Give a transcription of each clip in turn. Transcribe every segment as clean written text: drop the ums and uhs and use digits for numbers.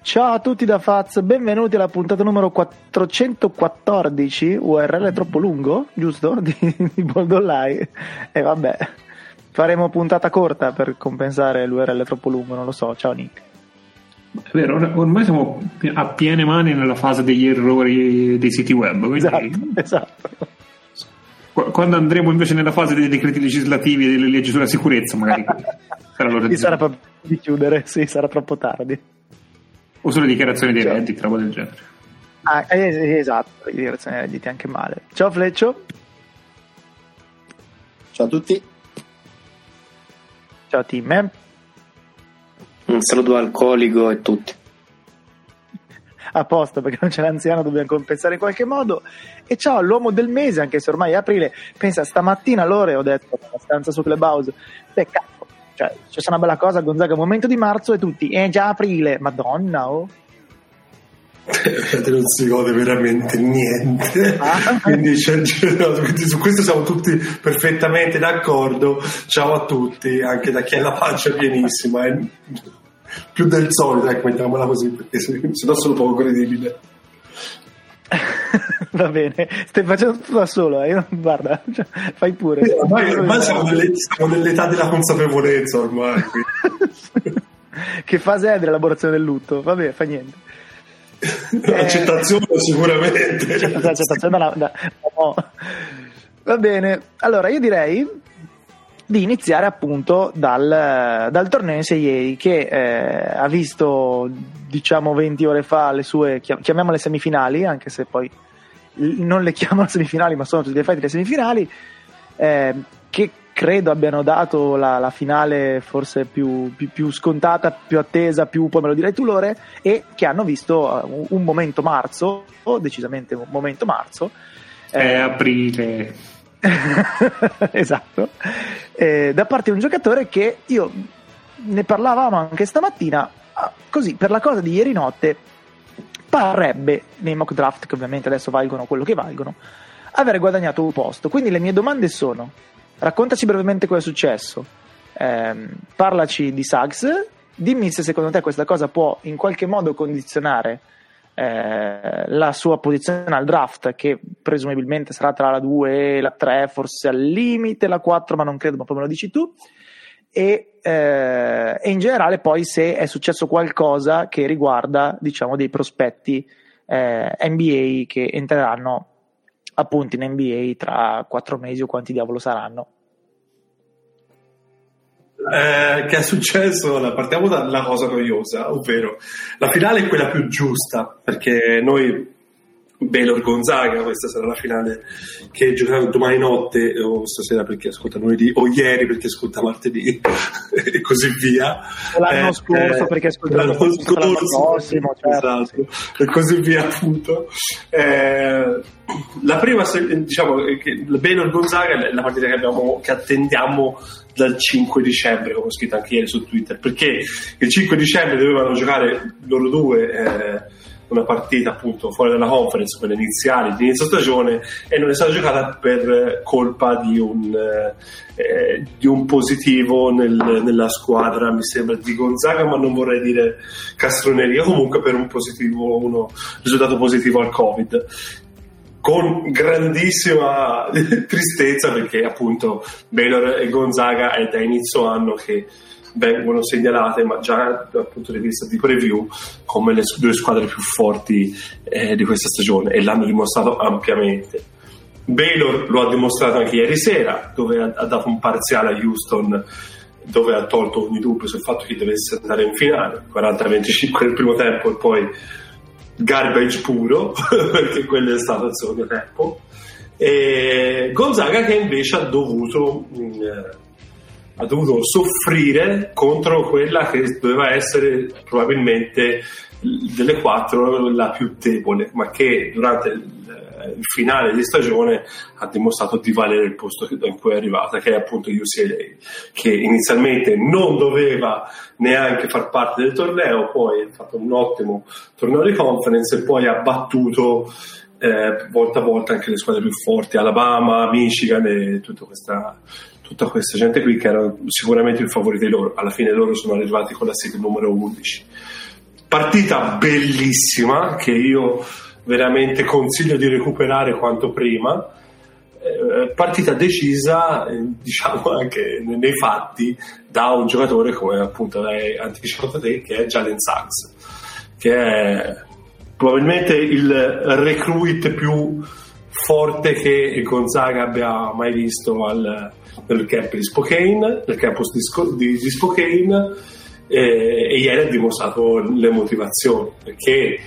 Ciao a tutti da Faz, benvenuti alla puntata numero 414. URL è troppo lungo, giusto? Di Bold Online. E vabbè, faremo puntata corta per compensare l'URL troppo lungo, non lo so. Ciao Nick. È vero, ormai siamo a piene mani nella fase degli errori dei siti web. Quindi esatto. Quando andremo invece nella fase dei decreti legislativi e delle leggi sulla sicurezza, magari sarà l'ora sarà proprio di chiudere, sì, sarà troppo tardi. O sulle dichiarazioni dei redditi, roba del genere. Esatto, le dichiarazioni dei redditi anche male. Ciao Fleccio. Ciao a tutti. Ciao Tim. Un saluto alcolico a tutti. A posto, perché non c'è l'anziano, dobbiamo compensare in qualche modo. E ciao all'uomo del mese, anche se ormai è aprile. Pensa, stamattina all'ore ho detto nella stanza su Clubhouse, cazzo, cioè c'è una bella cosa, Gonzaga, momento di marzo e tutti, è già aprile, madonna, oh. Non si gode veramente niente, quindi su questo siamo tutti perfettamente d'accordo. Ciao a tutti, anche da chi ha la pancia pienissima, più del solito, ecco, mettiamola così, perché sennò sono poco credibile. Va bene, stai facendo tutto da solo, guarda, cioè, fai pure. Ormai siamo nell'età della consapevolezza ormai. Che fase è dell'elaborazione del lutto? Vabbè, fa niente. Accettazione sicuramente. Accettazione no. Va bene, allora io direi di iniziare appunto dal torneo NCAA che ha visto, diciamo, 20 ore fa le sue, chiamiamole semifinali, anche se poi non le chiamano semifinali, ma sono tutti gli effetti le semifinali, che credo abbiano dato la finale forse più scontata, più attesa, poi me lo dirai tu Lore, e che hanno visto un momento marzo, decisamente un momento marzo. È aprile. Esatto, da parte di un giocatore che io ne parlavamo anche stamattina, così per la cosa di ieri notte parrebbe, nei mock draft che ovviamente adesso valgono quello che valgono, aver guadagnato un posto. Quindi le mie domande sono: raccontaci brevemente cosa è successo, parlaci di Suggs, dimmi se secondo te questa cosa può in qualche modo condizionare la sua posizione al draft, che presumibilmente sarà tra la 2 e la 3, forse al limite la 4, ma non credo, ma poi me lo dici tu, e in generale poi se è successo qualcosa che riguarda, diciamo, dei prospetti NBA che entreranno appunto in NBA tra 4 mesi o quanti diavolo saranno. Che è successo? Partiamo dalla cosa noiosa, ovvero la finale è quella più giusta, perché noi Baylor Gonzaga, questa sarà la finale che giocheranno domani notte o stasera perché ascolta lunedì, o ieri perché ascolta martedì e così via, l'anno scorso perché ascolta l'anno prossimo, certo. Esatto, e così via appunto. La prima, diciamo che Baylor Gonzaga è la partita che attendiamo dal 5 dicembre, come ho scritto anche ieri su Twitter, perché il 5 dicembre dovevano giocare loro due una partita appunto fuori dalla conference, quelle iniziali di inizio stagione, e non è stata giocata per colpa di un positivo nella squadra, mi sembra, di Gonzaga, ma non vorrei dire castroneria, comunque per un risultato positivo al Covid, con grandissima tristezza, perché appunto Baylor e Gonzaga è da inizio anno che vengono segnalate, ma già dal punto di vista di preview, come le due squadre più forti di questa stagione, e l'hanno dimostrato ampiamente. Baylor lo ha dimostrato anche ieri sera, dove ha dato un parziale a Houston, dove ha tolto ogni dubbio sul fatto che dovesse andare in finale, 40-25 nel primo tempo e poi garbage puro perché quello è stato il secondo tempo. E Gonzaga che invece ha dovuto soffrire contro quella che doveva essere probabilmente delle 4 la più debole, ma che durante il finale di stagione ha dimostrato di valere il posto in cui è arrivata, che è appunto UCLA, che inizialmente non doveva neanche far parte del torneo, poi ha fatto un ottimo torneo di conference e poi ha battuto volta a volta anche le squadre più forti, Alabama, Michigan e tutta questa gente qui, che erano sicuramente il favorito di loro. Alla fine loro sono arrivati con la seed numero 11. partita bellissima che io veramente consiglio di recuperare quanto prima. Partita decisa, diciamo anche nei fatti, da un giocatore come appunto l'hai anticipato te, che è Jalen Suggs, che è probabilmente il recruit più forte che Gonzaga abbia mai visto nel camp di Spokane, nel campus di Spokane, e ieri ha dimostrato le motivazioni, perché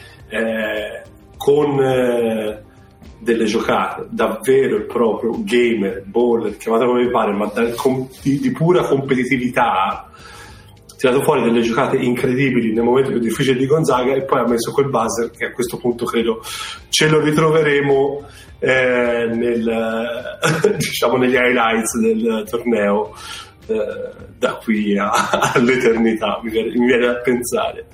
con delle giocate davvero il proprio gamer, baller, chiamata come vi pare, ma di pura competitività, ha tirato fuori delle giocate incredibili nel momento più difficile di Gonzaga, e poi ha messo quel buzzer che a questo punto credo ce lo ritroveremo diciamo negli highlights del torneo da qui all'eternità, mi viene a pensare.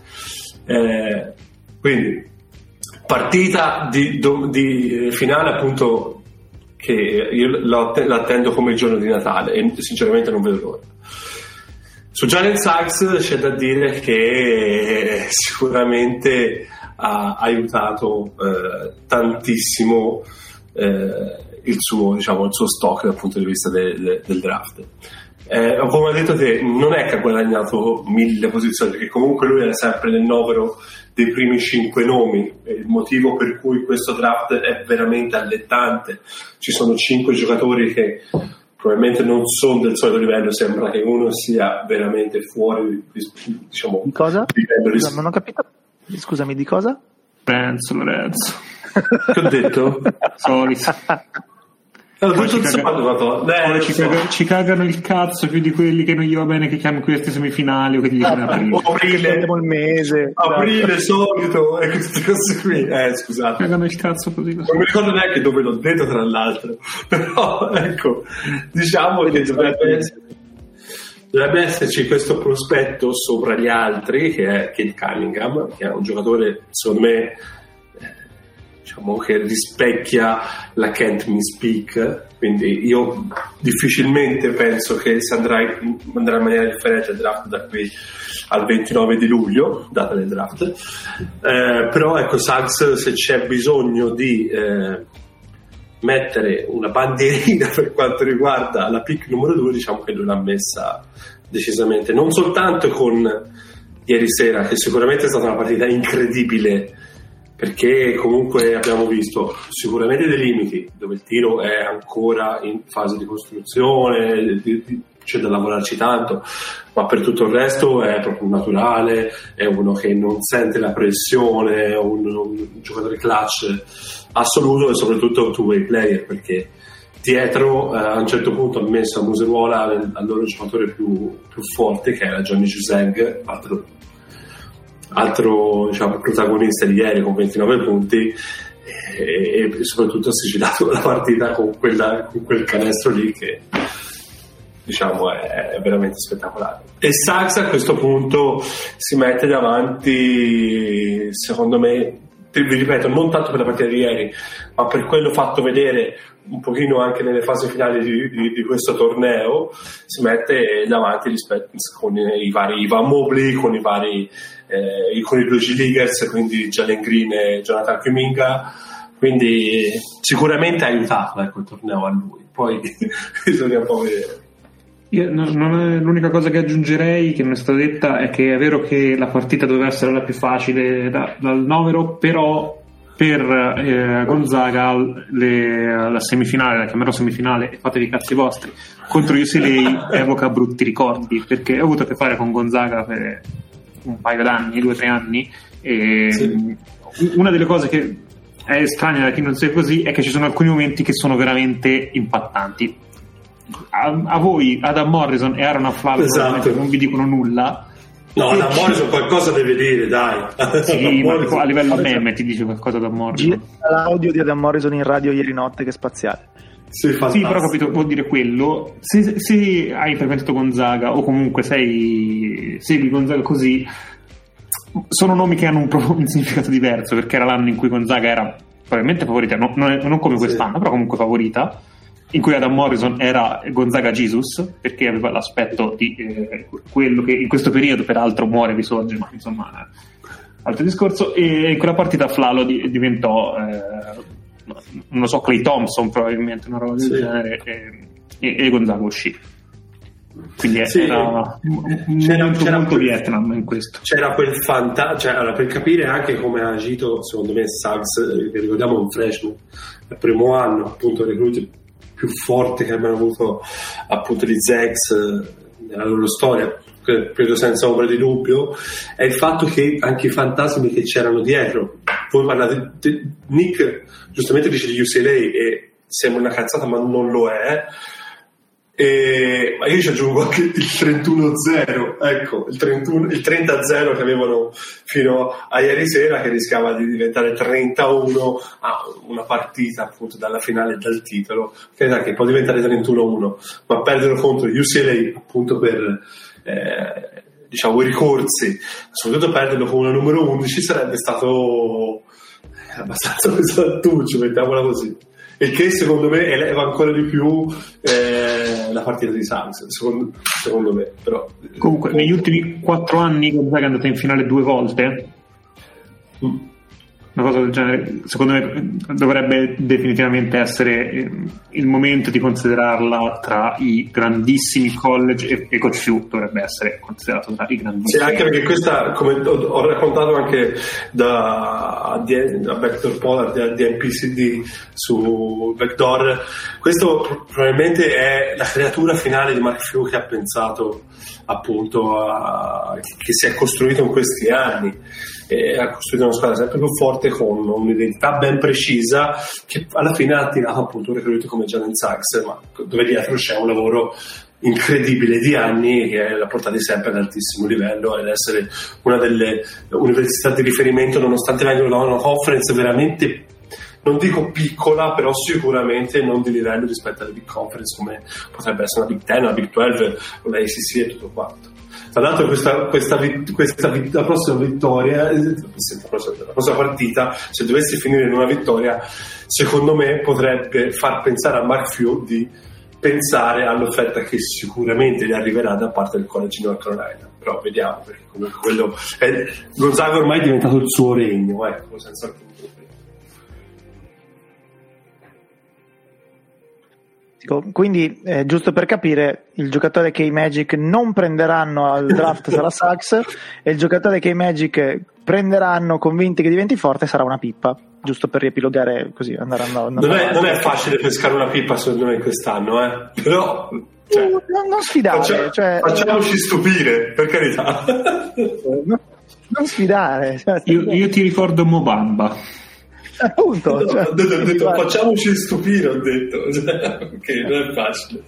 Quindi partita di finale, appunto, che io l'attendo come il giorno di Natale e sinceramente non vedo l'ora. Su Jalen Suggs c'è da dire che sicuramente ha aiutato tantissimo il suo stock dal punto di vista del draft. Come ha detto te, non è che ha guadagnato 1000 posizioni, perché comunque lui era sempre nel novero dei primi 5 nomi. Il motivo per cui questo draft è veramente allettante: ci sono 5 giocatori che probabilmente non sono del solito livello, sembra che uno sia veramente fuori, diciamo, di cosa? Livello non ho capito, scusami, di cosa? Lorenzo che ho detto? Solito. Ci cagano il cazzo più di quelli che non gli va bene che chiami queste semifinali o che gli dicono aprile il mese, aprile solito, e queste cose qui, scusate, cagano il cazzo così. Non mi ricordo neanche dove l'ho detto, tra l'altro, però ecco, diciamo che dovrebbe esserci questo prospetto sopra gli altri, che è Cade Cunningham, che è un giocatore secondo me che rispecchia la Can't Me Speak, quindi io difficilmente penso che si andrà in maniera differente il draft da qui al 29 di luglio, data del draft, però ecco, Suggs, se c'è bisogno di mettere una bandierina per quanto riguarda la pick numero 2, diciamo che lui l'ha messa decisamente, non soltanto con ieri sera, che sicuramente è stata una partita incredibile, perché comunque abbiamo visto sicuramente dei limiti, dove il tiro è ancora in fase di costruzione, c'è da lavorarci tanto, ma per tutto il resto è proprio naturale, è uno che non sente la pressione, è un giocatore clutch assoluto e soprattutto un two-way player, perché dietro a un certo punto ha messo a museruola al loro giocatore più forte, che era Johnny Juzang, altro diciamo protagonista di ieri con 29 punti, e soprattutto ha sigillato la partita con quel canestro lì che diciamo è veramente spettacolare. E Suggs a questo punto si mette davanti, secondo me, vi ripeto, non tanto per la partita di ieri, ma per quello fatto vedere un pochino anche nelle fasi finali di questo torneo, si mette davanti rispetto con i vari Ivan Mobley, con i vari con i due G-Leaguers, quindi Jalen Green e Jonathan Kuminga, quindi sicuramente ha aiutato il torneo a lui, poi bisogna un po' vedere. L'unica cosa che aggiungerei, che non è stata detta, è che è vero che la partita doveva essere la più facile dal novero, però per Gonzaga la semifinale, la chiamerò semifinale e fatevi i cazzi vostri, contro UCLA evoca brutti ricordi, perché ho avuto a che fare con Gonzaga per un paio d'anni, 2 o 3 anni, e sì. Una delle cose che è strana da chi non sia così è che ci sono alcuni momenti che sono veramente impattanti. A voi Adam Morrison e Aaron Afflalo, esatto, non vi dicono nulla. No, Adam Morrison qualcosa deve dire, dai. Sì, ma a livello meme ti dice qualcosa Adam Morrison. L'audio di Adam Morrison in radio ieri notte, che è spaziale. Sì, però capito, vuol dire quello. Se hai frequentato Gonzaga o comunque segui Gonzaga così, sono nomi che hanno un significato diverso, perché era l'anno in cui Gonzaga era probabilmente favorita, non come quest'anno, sì, però comunque favorita, in cui Adam Morrison era Gonzaga Jesus, perché aveva l'aspetto di quello che in questo periodo peraltro muore, risorge, ma insomma altro discorso. E in quella partita Flalo diventò non lo so, Klay Thompson probabilmente, una roba del genere, e Gonzaga uscì. Quindi era molto Vietnam in questo. C'era quel allora, per capire anche come ha agito secondo me Suggs, che ricordiamo un freshman al primo anno, appunto il recruit più forte che abbiano avuto appunto gli Zags nella loro storia, credo senza ombra di dubbio, è il fatto che anche i fantasmi che c'erano dietro, voi parlate Nick giustamente dice di UCLA e sembra una cazzata ma non lo è. Ma io ci aggiungo anche il 31-0, ecco, il 30-0 che avevano fino a ieri sera, che rischiava di diventare 31 a una partita appunto dalla finale e dal titolo, che può diventare 31-1, ma perdere contro UCLA appunto per diciamo i ricorsi, soprattutto perderlo con una numero 11 sarebbe stato abbastanza pesantaccio, mettiamola così. E che secondo me eleva ancora di più la partita di Suggs, secondo me. Però comunque negli ultimi 4 anni Gonzaga è andata in finale 2 volte, una cosa del genere. Secondo me dovrebbe definitivamente essere il momento di considerarla tra i grandissimi college, e Coach Few dovrebbe essere considerato tra i grandissimi. Sì, anche perché questa, come ho raccontato anche da Backdoor Pollard di MPCD su Backdoor, questo probabilmente è la creatura finale di Mark Few, che ha pensato appunto che si è costruito in questi anni, e ha costruito una squadra sempre più forte con un'identità ben precisa, che alla fine ha tirato appunto un recruit come Jalen Suggs, ma dove dietro c'è un lavoro incredibile di anni che l'ha portato sempre ad altissimo livello, ed essere una delle università di riferimento, nonostante vengano da una conference veramente, non dico piccola, però sicuramente non di livello rispetto alle big conference come potrebbe essere una Big 10, una Big 12, una ACC e tutto quanto. Tra l'altro la prossima vittoria, la prossima partita, se dovesse finire in una vittoria, secondo me potrebbe far pensare a Mark Few di pensare all'offerta che sicuramente gli arriverà da parte del College di North Carolina. Però vediamo, perché comunque quello Gonzaga ormai è diventato il suo regno, ecco, senza alcun dubbio. Quindi giusto per capire, il giocatore che i Magic non prenderanno al draft sarà Suggs, e il giocatore che i Magic prenderanno convinti che diventi forte sarà una pippa, giusto per riepilogare, così andare non è facile pescare una pippa secondo me quest'anno, però non sfidare, facciamoci stupire, per carità. non sfidare, io ti ricordo Mobamba. Appunto, ho detto facciamoci stupire, ho detto ok, non è facile.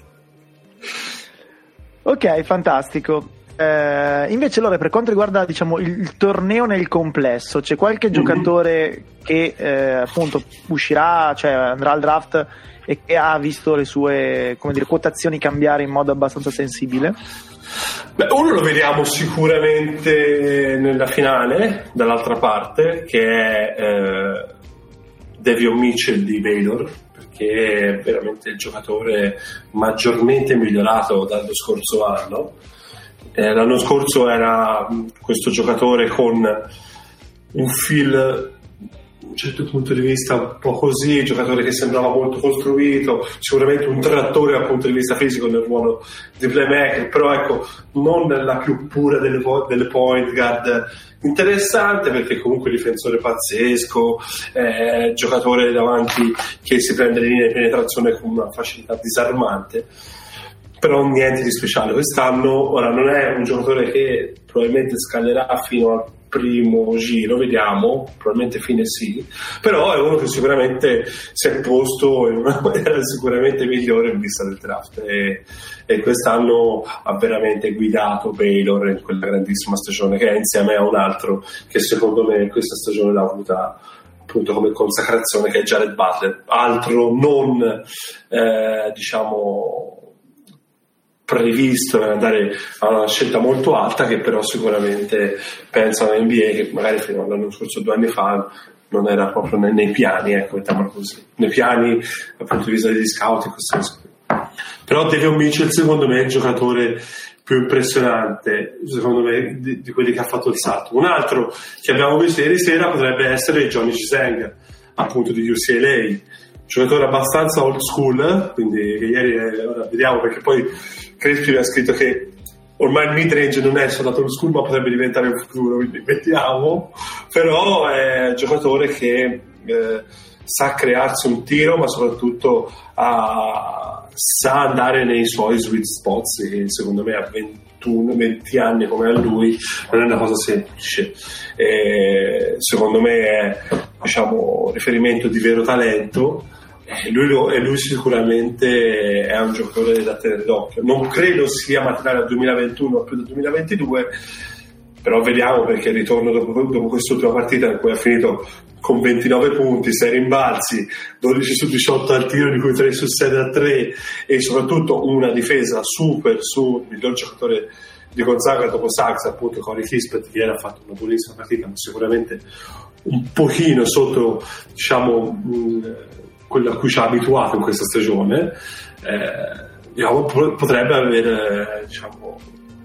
Ok, fantastico. Invece Lore, per quanto riguarda diciamo il torneo nel complesso, c'è qualche giocatore che appunto uscirà, cioè andrà al draft e che ha visto le sue, come dire, quotazioni cambiare in modo abbastanza sensibile? Beh, uno lo vediamo sicuramente nella finale dall'altra parte, che è Davion Mitchell di Baylor, perché è veramente il giocatore maggiormente migliorato dallo scorso anno. L'anno scorso era questo giocatore con un feel, da un certo punto di vista un po' così, giocatore che sembrava molto costruito, sicuramente un trattore dal punto di vista fisico nel ruolo di playmaker, però ecco, non la più pura delle point guard. Interessante perché comunque difensore pazzesco, giocatore davanti che si prende le linee di penetrazione con una facilità disarmante, però niente di speciale quest'anno. Ora non è un giocatore che probabilmente scalerà fino al primo giro, vediamo, probabilmente fine sì, però è uno che sicuramente si è posto in una maniera sicuramente migliore in vista del draft, e quest'anno ha veramente guidato Baylor in quella grandissima stagione che è, insieme a un altro che secondo me questa stagione l'ha avuta appunto come consacrazione, che è Jared Butler, altro non diciamo previsto per andare a una scelta molto alta, che però sicuramente pensa all'NBA, che magari fino all'anno scorso, 2 anni fa, non era proprio nei piani, ecco, mettiamolo così, nei piani dal punto di vista degli scout e questo. Però Davion Mitchell secondo me è il giocatore più impressionante, secondo me, di quelli che ha fatto il salto. Un altro che abbiamo visto ieri sera potrebbe essere Johnny Juzang, appunto di UCLA, giocatore abbastanza old school, quindi ieri ora vediamo, perché poi Crespi ha scritto che ormai il mid range non è soltanto old school ma potrebbe diventare un futuro, quindi vediamo. Però è un giocatore che sa crearsi un tiro, ma soprattutto sa andare nei suoi sweet spots, e secondo me a 20 anni come a lui non è una cosa semplice. Secondo me è, diciamo, riferimento di vero talento. Lui sicuramente è un giocatore da tenere d'occhio. Non credo sia materiale al 2021 o più del 2022, però vediamo, perché il ritorno dopo quest'ultima partita in cui ha finito con 29 punti, 6 rimbalzi, 12 su 18 al tiro, di cui 3 su 7 a 3, e soprattutto una difesa super sul miglior giocatore di Gonzaga dopo Sachs, appunto Corey Kispert, che ieri ha fatto una buonissima partita, ma sicuramente un pochino sotto, diciamo, quello a cui ci ha abituato in questa stagione. Diciamo, potrebbe aver, diciamo,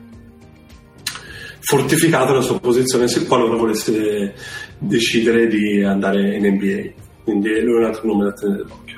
fortificato la sua posizione se qualora volesse decidere di andare in NBA. Quindi lui è un altro nome da tenere d'occhio.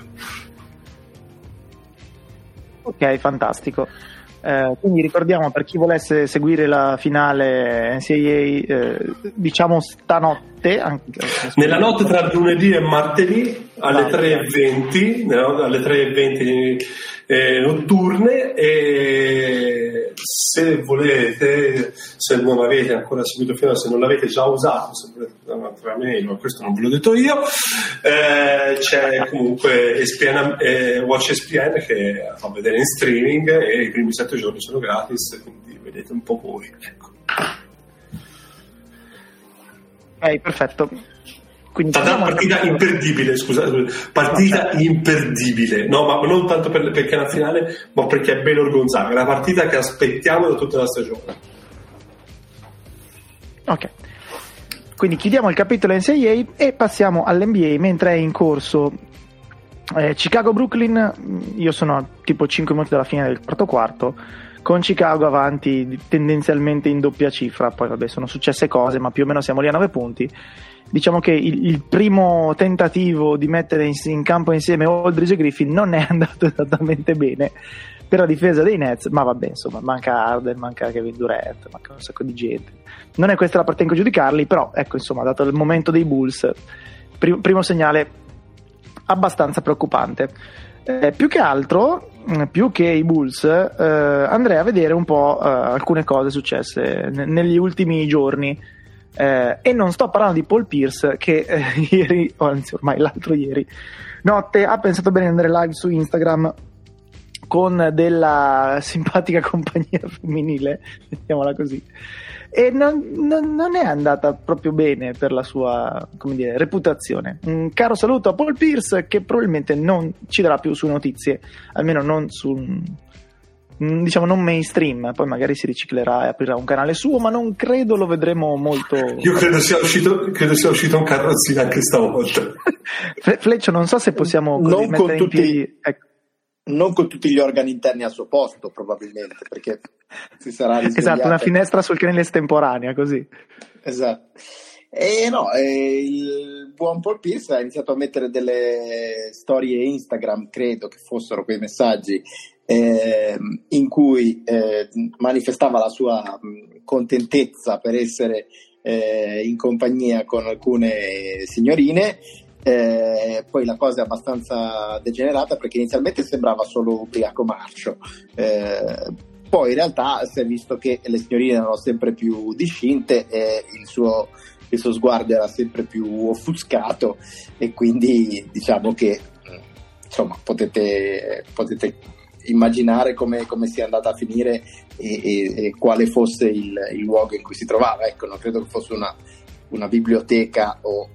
Ok, fantastico. Quindi ricordiamo, per chi volesse seguire la finale NCAA, diciamo stanotte, nella notte tra lunedì e martedì alle 3:20, no? Alle 3:20 notturne, e se volete, se non avete ancora seguito fino, se non l'avete già usato, se volete un'altra mail, ma questo non ve l'ho detto io, c'è comunque ESPN, Watch ESPN, che fa vedere in streaming, e i primi 7 giorni sono gratis, quindi vedete un po' voi, ecco. Ok, perfetto. Quindi Stata una partita imperdibile, scusate, partita imperdibile, no, ma non tanto perché è una finale, ma perché è Baylor Gonzaga, la partita che aspettiamo da tutta la stagione. Ok, quindi chiudiamo il capitolo NCAA e passiamo all'NBA, mentre è in corso Chicago-Brooklyn. Io sono tipo 5 minuti dalla fine del quarto, con Chicago avanti tendenzialmente in doppia cifra. Poi vabbè, sono successe cose, ma più o meno siamo lì a 9 punti. Diciamo che il primo tentativo di mettere in campo insieme Aldridge e Griffin non è andato esattamente bene per la difesa dei Nets, ma vabbè, insomma, manca Harden, manca Kevin Durant, manca un sacco di gente. Non è questa la parte in cui giudicarli, però ecco, insomma, dato il momento dei Bulls, primo segnale abbastanza preoccupante. Più che altro, più che i Bulls, andrei a vedere un po' alcune cose successe negli ultimi giorni. E non sto parlando di Paul Pierce, che ieri, o anzi ormai l'altro ieri notte, ha pensato bene di andare live su Instagram con della simpatica compagnia femminile, mettiamola così, e non è andata proprio bene per la sua, come dire, reputazione. Un caro saluto a Paul Pierce, che probabilmente non ci darà più su notizie, almeno non su, diciamo, non mainstream. Poi magari si riciclerà e aprirà un canale suo, ma non credo lo vedremo molto. Io credo sia uscito un carrozzino anche stavolta. Fleccio, non so se possiamo così mettere in piedi, ecco. Non con tutti gli organi interni al suo posto, probabilmente, perché si sarà risvegliato. Esatto, una finestra sul canale estemporanea, così. Esatto. Il buon Paul Pierce ha iniziato a mettere delle storie Instagram, credo che fossero quei messaggi, in cui manifestava la sua contentezza per essere in compagnia con alcune signorine. Poi la cosa è abbastanza degenerata, perché inizialmente sembrava solo ubriaco marcio, poi in realtà si è visto che le signorine erano sempre più discinte e il suo sguardo era sempre più offuscato, e quindi diciamo che insomma potete immaginare come sia andata a finire e quale fosse il luogo in cui si trovava. Ecco, non credo che fosse una biblioteca o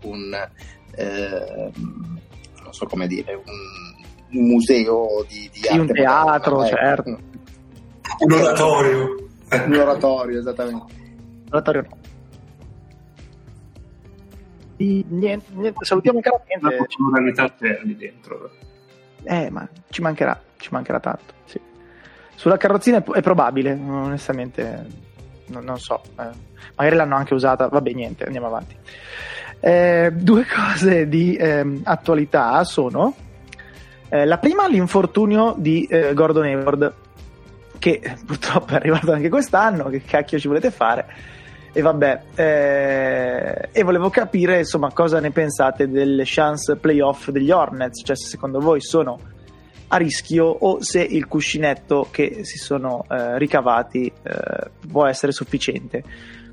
non so come dire, un museo di arte, un teatro, moderna, certo. Un oratorio. Un oratorio, esattamente. Oratorio no. Niente, salutiamo caramente. La pluralità c'è lì dentro. Ma ci mancherà tanto, sì. Sulla carrozzina è probabile, onestamente non so, magari l'hanno anche usata, vabbè, niente, andiamo avanti. Due cose di attualità sono la prima, l'infortunio di Gordon Hayward, che purtroppo è arrivato anche quest'anno. Che cacchio ci volete fare? E vabbè, e volevo capire insomma cosa ne pensate delle chance playoff degli Hornets, cioè se secondo voi sono a rischio o se il cuscinetto che si sono ricavati può essere sufficiente.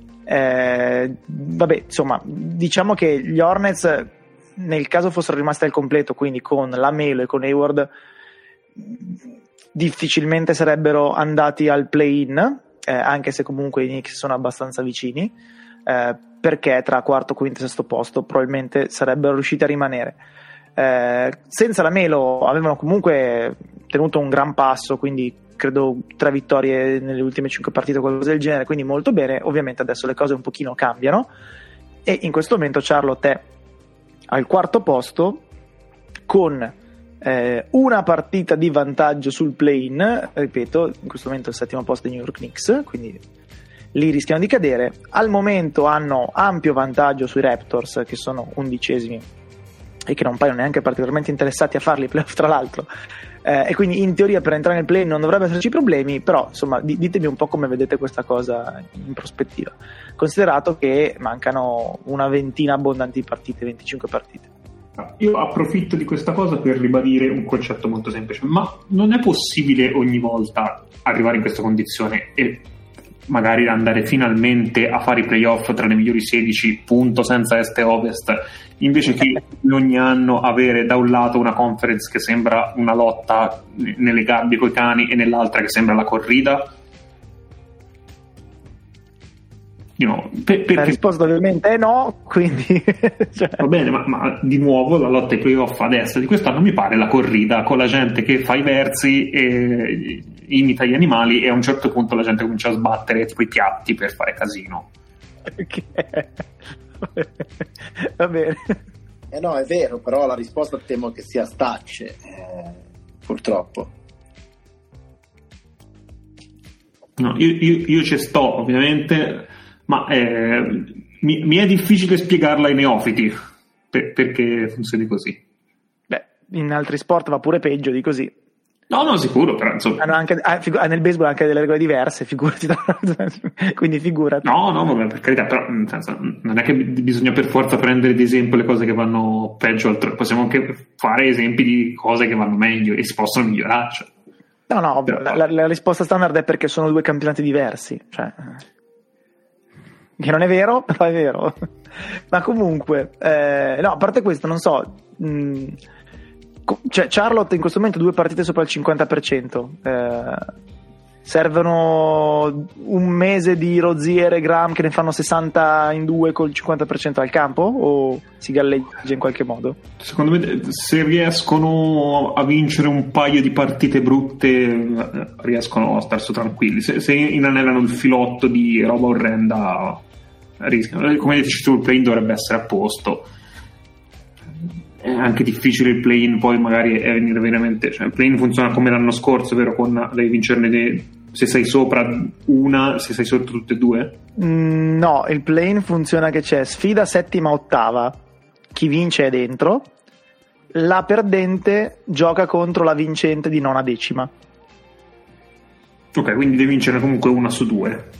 Vabbè, insomma, diciamo che gli Hornets, nel caso fossero rimasti al completo, quindi con LaMelo e con Hayward, difficilmente sarebbero andati al play-in, anche se comunque i Knicks sono abbastanza vicini, perché tra quarto, quinto e sesto posto probabilmente sarebbero riusciti a rimanere. Senza LaMelo avevano comunque tenuto un gran passo, quindi credo 3 vittorie nelle ultime 5 partite o qualcosa del genere, quindi molto bene. Ovviamente adesso le cose un pochino cambiano e in questo momento Charlotte è al quarto posto con una partita di vantaggio sul play-in, ripeto, in questo momento è il settimo posto dei New York Knicks, quindi lì rischiano di cadere. Al momento hanno ampio vantaggio sui Raptors, che sono 11esimi e che non paiono neanche particolarmente interessati a farli playoff, tra l'altro, e quindi in teoria per entrare nel play non dovrebbe esserci problemi, però insomma ditemi un po' come vedete questa cosa in prospettiva, considerato che mancano una ventina abbondanti di partite, 25 partite. Io approfitto di questa cosa per ribadire un concetto molto semplice: ma non è possibile ogni volta arrivare in questa condizione e magari andare finalmente a fare i playoff tra le migliori 16, punto, senza est e ovest, invece che ogni anno avere da un lato una conference che sembra una lotta nelle gabbie coi cani e nell'altra che sembra la corrida? La risposta ovviamente è no, quindi cioè. Va bene, ma di nuovo la lotta ai playoff adesso di quest'anno mi pare la corrida, con la gente che fa i versi e imita gli animali, e a un certo punto la gente comincia a sbattere tipo i piatti per fare casino. Okay. Va bene. No, è vero, però la risposta temo che sia stacce, purtroppo. No, io ci sto ovviamente, ma mi è difficile spiegarla ai neofiti perché funzioni così. Beh, in altri sport va pure peggio di così. No, sicuro, però insomma. Hanno anche, nel baseball anche delle regole diverse, figurati. Quindi figurati. No, vabbè, per carità, però non è che bisogna per forza prendere di esempio le cose che vanno peggio, possiamo anche fare esempi di cose che vanno meglio e si possono migliorare. Cioè. No, ovvio, la risposta standard è perché sono 2 campionati diversi, cioè. Che non è vero, però è vero. Ma comunque, no, a parte questo, non so. Cioè, Charlotte in questo momento 2 partite sopra il 50%. Servono un mese di Rozier e Graham che ne fanno 60 in 2 col 50% al campo, o si galleggia in qualche modo? Secondo me, se riescono a vincere un paio di partite brutte, riescono a star su tranquilli. Se inanellano il filotto di roba orrenda, rischiano. Come dici tu, il play-in dovrebbe essere a posto. È anche difficile il play-in, poi magari è venire veramente, cioè il play-in funziona come l'anno scorso, vero? Devi vincerne se sei sopra una, se sei sotto tutte e 2? No, il play-in funziona che c'è sfida settima ottava, chi vince è dentro, la perdente gioca contro la vincente di nona decima. Ok, quindi devi vincere comunque una su 2.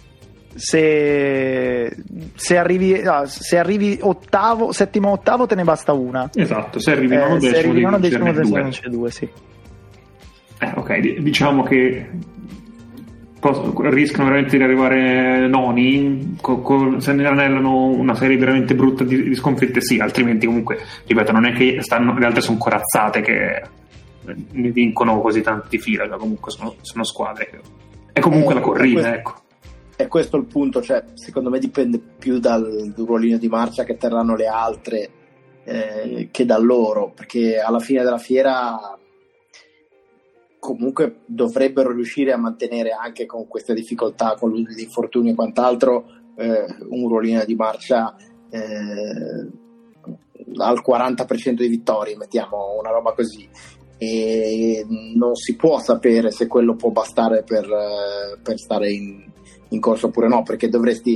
Se arrivi ottavo, settimo ottavo, te ne basta una. Esatto, se arrivi nono decimo devi vincere 2, sì. Ok, diciamo che rischiano veramente di arrivare noni se ne anellano una serie veramente brutta di sconfitte, sì, altrimenti comunque, ripeto, non è che stanno, in realtà sono corazzate che ne vincono così tanti di fila, cioè comunque sono squadre che è comunque la corrida, ecco. E questo è il punto, cioè secondo me dipende più dal ruolino di marcia che terranno le altre che da loro, perché alla fine della fiera comunque dovrebbero riuscire a mantenere, anche con queste difficoltà, con gli infortuni e quant'altro, un ruolino di marcia al 40% di vittorie, mettiamo una roba così. e non si può sapere se quello può bastare per stare in corsa oppure no, perché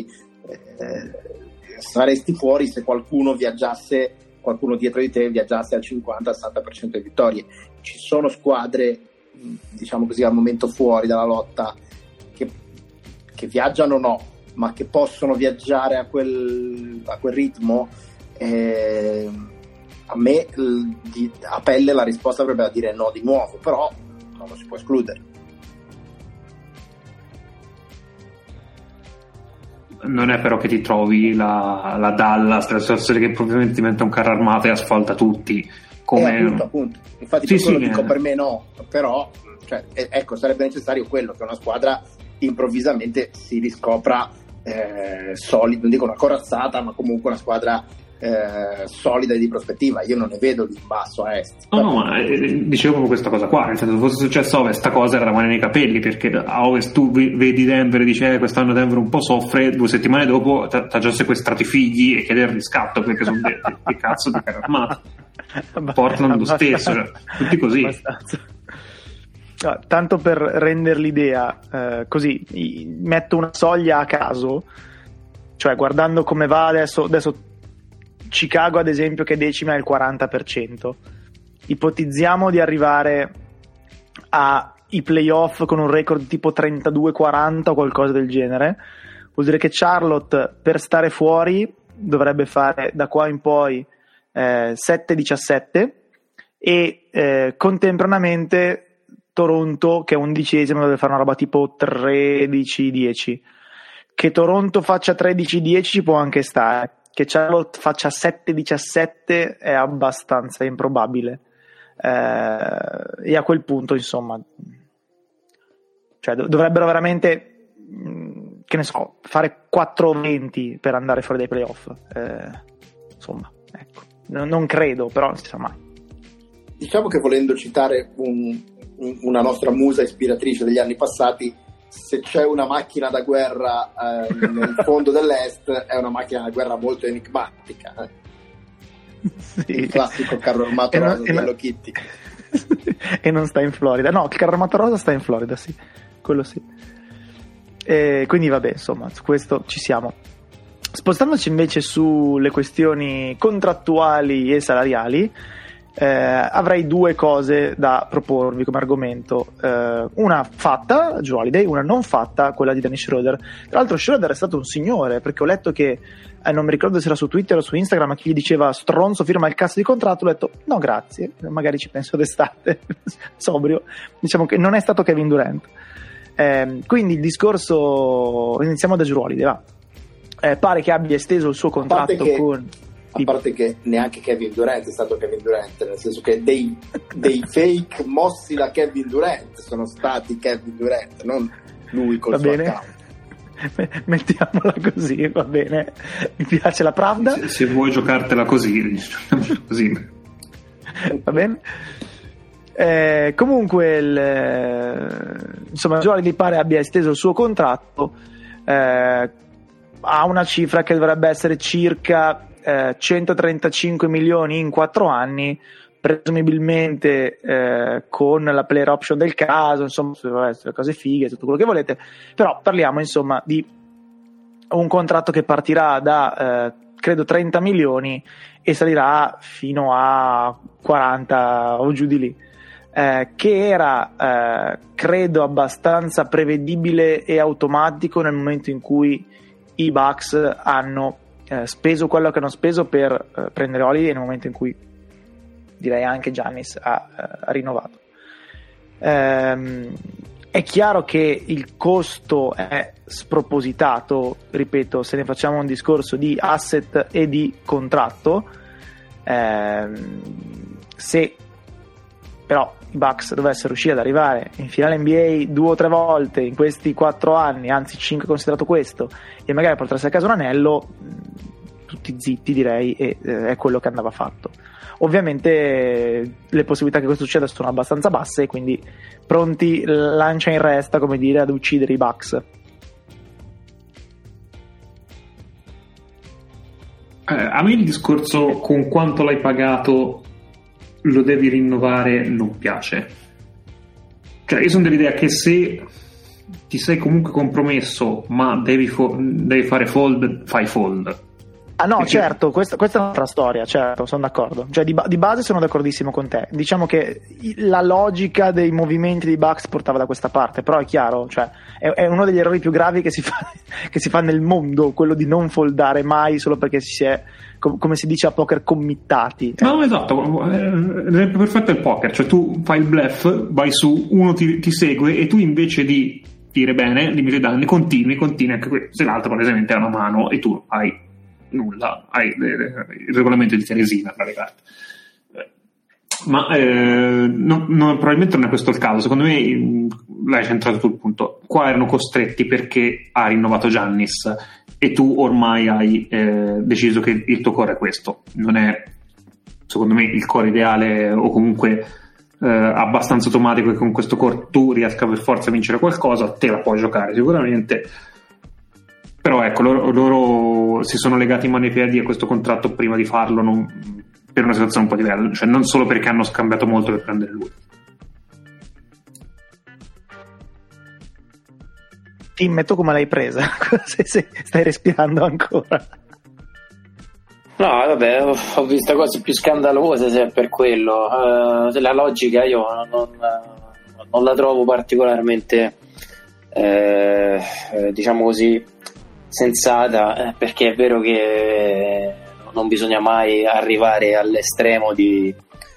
saresti fuori se qualcuno dietro di te viaggiasse al 50-60% di vittorie. Ci sono squadre, diciamo così, al momento fuori dalla lotta che viaggiano ma che possono viaggiare a quel ritmo. A me a pelle la risposta avrebbe da dire no di nuovo, però non lo si può escludere. Non è però che ti trovi la Dallas, la situazione che probabilmente diventa un carro armato e asfalta tutti. Appunto. Infatti dico per me no, però ecco, sarebbe necessario quello, che una squadra improvvisamente si riscopra solida, non dico una corazzata, ma comunque una squadra solida e di prospettiva. Io non ne vedo di basso a est. Ma dicevo proprio questa cosa qua, nel senso, se fosse successo a ovest sta cosa era la mano nei capelli, perché a ovest tu vedi Denver e dici quest'anno Denver un po' soffre, 2 settimane dopo t'ha già sequestrato i figli e chiede il riscatto perché sono dei cazzo di carro armato. Portland lo stesso, tutti così. Tanto per rendere l'idea, così metto una soglia a caso, cioè guardando come va adesso Chicago ad esempio, che decima è il 40%, ipotizziamo di arrivare ai playoff con un record tipo 32-40 o qualcosa del genere, vuol dire che Charlotte per stare fuori dovrebbe fare da qua in poi 7-17 e contemporaneamente Toronto, che è 11esimo, deve fare una roba tipo 13-10. Che Toronto faccia 13-10 ci può anche stare, che Charlotte faccia 7-17 è abbastanza improbabile, e a quel punto insomma, cioè dovrebbero veramente, che ne so, fare 4-20 per andare fuori dai playoff, insomma, ecco, non credo, però non si sa mai. Diciamo che, volendo citare una nostra musa ispiratrice degli anni passati, se c'è una macchina da guerra nel fondo dell'est, è una macchina da guerra molto enigmatica. Sì. Il classico carro armato rosa di Hello Kitty. E non sta in Florida. No, il carro armato rosa sta in Florida, sì. Quello sì. Quindi vabbè, insomma, su questo ci siamo. Spostandoci invece sulle questioni contrattuali e salariali, avrei 2 cose da proporvi come argomento, una fatta, Jrue Holiday, una non fatta, quella di Dennis Schroeder. Tra l'altro Schroeder è stato un signore, perché ho letto che non mi ricordo se era su Twitter o su Instagram, chi gli diceva stronzo firma il cazzo di contratto, ho detto no grazie, magari ci penso d'estate. Sobrio, diciamo che non è stato Kevin Durant. Quindi il discorso, iniziamo da Jrue Holiday, va. Pare che abbia esteso il suo contratto a parte che neanche Kevin Durant è stato Kevin Durant, nel senso che dei fake mossi da Kevin Durant sono stati Kevin Durant, non lui col suo account. Mettiamola così, va bene, mi piace la pravda. Se vuoi giocartela così, così. Va bene. Comunque insomma Jrue Holiday pare abbia esteso il suo contratto a una cifra che dovrebbe essere circa 135 milioni in 4 anni, presumibilmente con la player option del caso, insomma, sulle cose fighe, tutto quello che volete, però parliamo insomma di un contratto che partirà da credo 30 milioni e salirà fino a 40 o giù di lì, che era credo abbastanza prevedibile e automatico nel momento in cui i Bucks hanno speso quello che hanno speso per prendere Holiday, nel momento in cui direi anche Giannis ha rinnovato. È chiaro che il costo è spropositato, ripeto, se ne facciamo un discorso di asset e di contratto. Se però i Bucks dovessero riuscire ad arrivare in finale NBA 2 o 3 volte in questi 4 anni, anzi 5 considerato questo, e magari portarsi a casa un anello, tutti zitti direi, e è quello che andava fatto. Ovviamente le possibilità che questo succeda sono abbastanza basse, quindi pronti lancia in resta, come dire, ad uccidere i Bucks. A me il discorso con quanto l'hai pagato lo devi rinnovare non piace. Cioè io sono dell'idea che se ti sei comunque compromesso ma devi fare fold, fai fold. Ah no, certo, questa è un'altra storia, certo, sono d'accordo. Cioè di base sono d'accordissimo con te. Diciamo che la logica dei movimenti dei Bucks portava da questa parte, però è chiaro, cioè è uno degli errori più gravi che si fa nel mondo, quello di non foldare mai solo perché si è, come si dice a poker, committati. No, esatto, l'esempio perfetto è il poker, cioè tu fai il bluff, vai su, uno ti segue e tu invece di dire bene, limiti i danni, continui anche se l'altro palesemente ha una mano e tu hai nulla, hai il regolamento di Teresina tra le carte. Ma probabilmente non è questo il caso. Secondo me l'hai centrato sul punto. Qua erano costretti perché ha rinnovato Giannis e tu ormai hai deciso che il tuo core è questo. Non è, secondo me, il core ideale o comunque abbastanza automatico che con questo core tu riesca per forza a vincere qualcosa. Te la puoi giocare sicuramente. Però ecco, loro si sono legati in mano e piedi a questo contratto prima di farlo, per una situazione un po' diversa, cioè non solo perché hanno scambiato molto per prendere lui. Tim, tu come l'hai presa? Se stai respirando ancora? No, vabbè, ho visto cose più scandalose, se è per quello. La logica io non la trovo particolarmente, diciamo così, sensata, perché è vero che non bisogna mai arrivare all'estremo del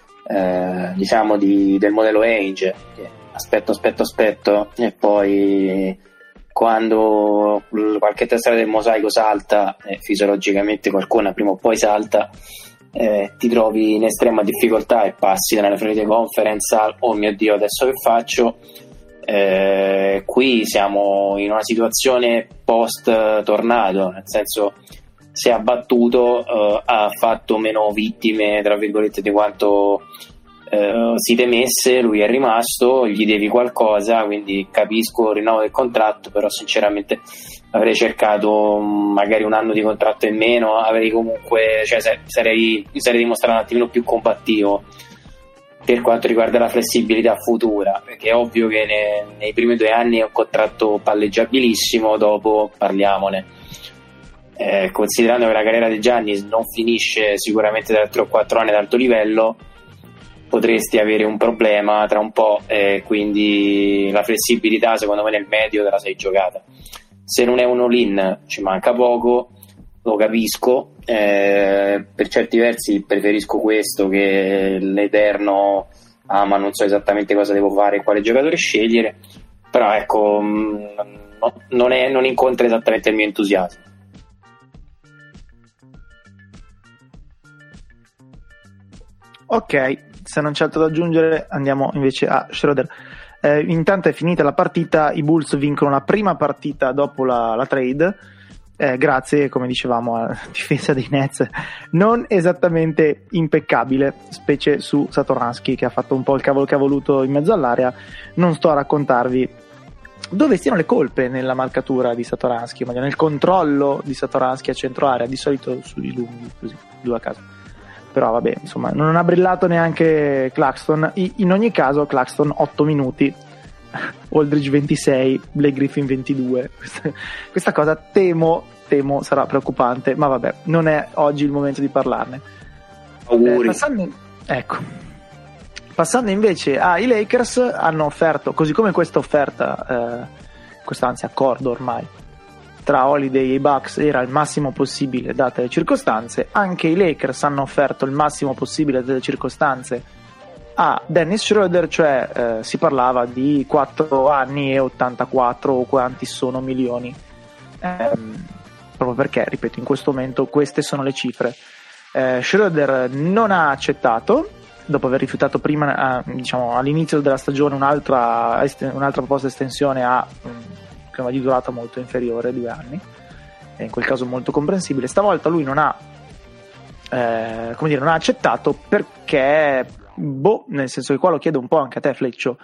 modello Ainge, che aspetto e poi quando qualche tessera del mosaico salta, fisiologicamente qualcuna prima o poi salta, ti trovi in estrema difficoltà e passi dalle finali conference oh mio Dio, adesso che faccio? Qui siamo in una situazione post tornado, nel senso si è abbattuto, ha fatto meno vittime tra virgolette di quanto si temesse, lui è rimasto, gli devi qualcosa, quindi capisco il rinnovo del contratto, però sinceramente avrei cercato magari un anno di contratto in meno, avrei comunque, cioè sarei dimostrato un attimino più combattivo per quanto riguarda la flessibilità futura, perché è ovvio che nei primi 2 anni è un contratto palleggiabilissimo, dopo parliamone. Considerando che la carriera di Giannis non finisce sicuramente tra 3 o 4 anni ad alto livello, potresti avere un problema tra un po', quindi la flessibilità secondo me nel medio te la sei giocata. Se non è un all-in ci manca poco, lo capisco, per certi versi preferisco questo che l'eterno ma non so esattamente cosa devo fare e quale giocatore scegliere, però ecco, non incontra esattamente il mio entusiasmo. Ok, se non c'è altro da aggiungere andiamo invece a Schroeder. Intanto è finita la partita, i Bulls vincono la prima partita dopo la trade, grazie, come dicevamo, alla difesa dei Nets non esattamente impeccabile, specie su Satoransky, che ha fatto un po' il cavolo che ha voluto in mezzo all'area. Non sto a raccontarvi dove stiano le colpe nella marcatura di Satoransky, ma nel controllo di Satoransky a centro area, di solito sui lunghi, così, 2 a caso. Però vabbè, insomma, non ha brillato neanche Claxton. In ogni caso Claxton 8 minuti, Aldridge 26, Blake Griffin 22. Questa cosa temo sarà preoccupante, ma vabbè, non è oggi il momento di parlarne. Auguri. Passando invece ai Lakers, hanno offerto, così come questa offerta, anzi accordo ormai tra Holiday e i Bucks era il massimo possibile date le circostanze, anche i Lakers hanno offerto il massimo possibile date le circostanze a Dennis Schroeder, cioè si parlava di 4 anni e 84 o quanti sono milioni, proprio perché, ripeto, in questo momento queste sono le cifre. Schroeder non ha accettato, dopo aver rifiutato prima, all'inizio della stagione un'altra proposta di estensione a di durata molto inferiore, 2 anni, e in quel caso molto comprensibile. Stavolta lui non ha accettato perché nel senso che qua lo chiedo un po' anche a te, Fleccio,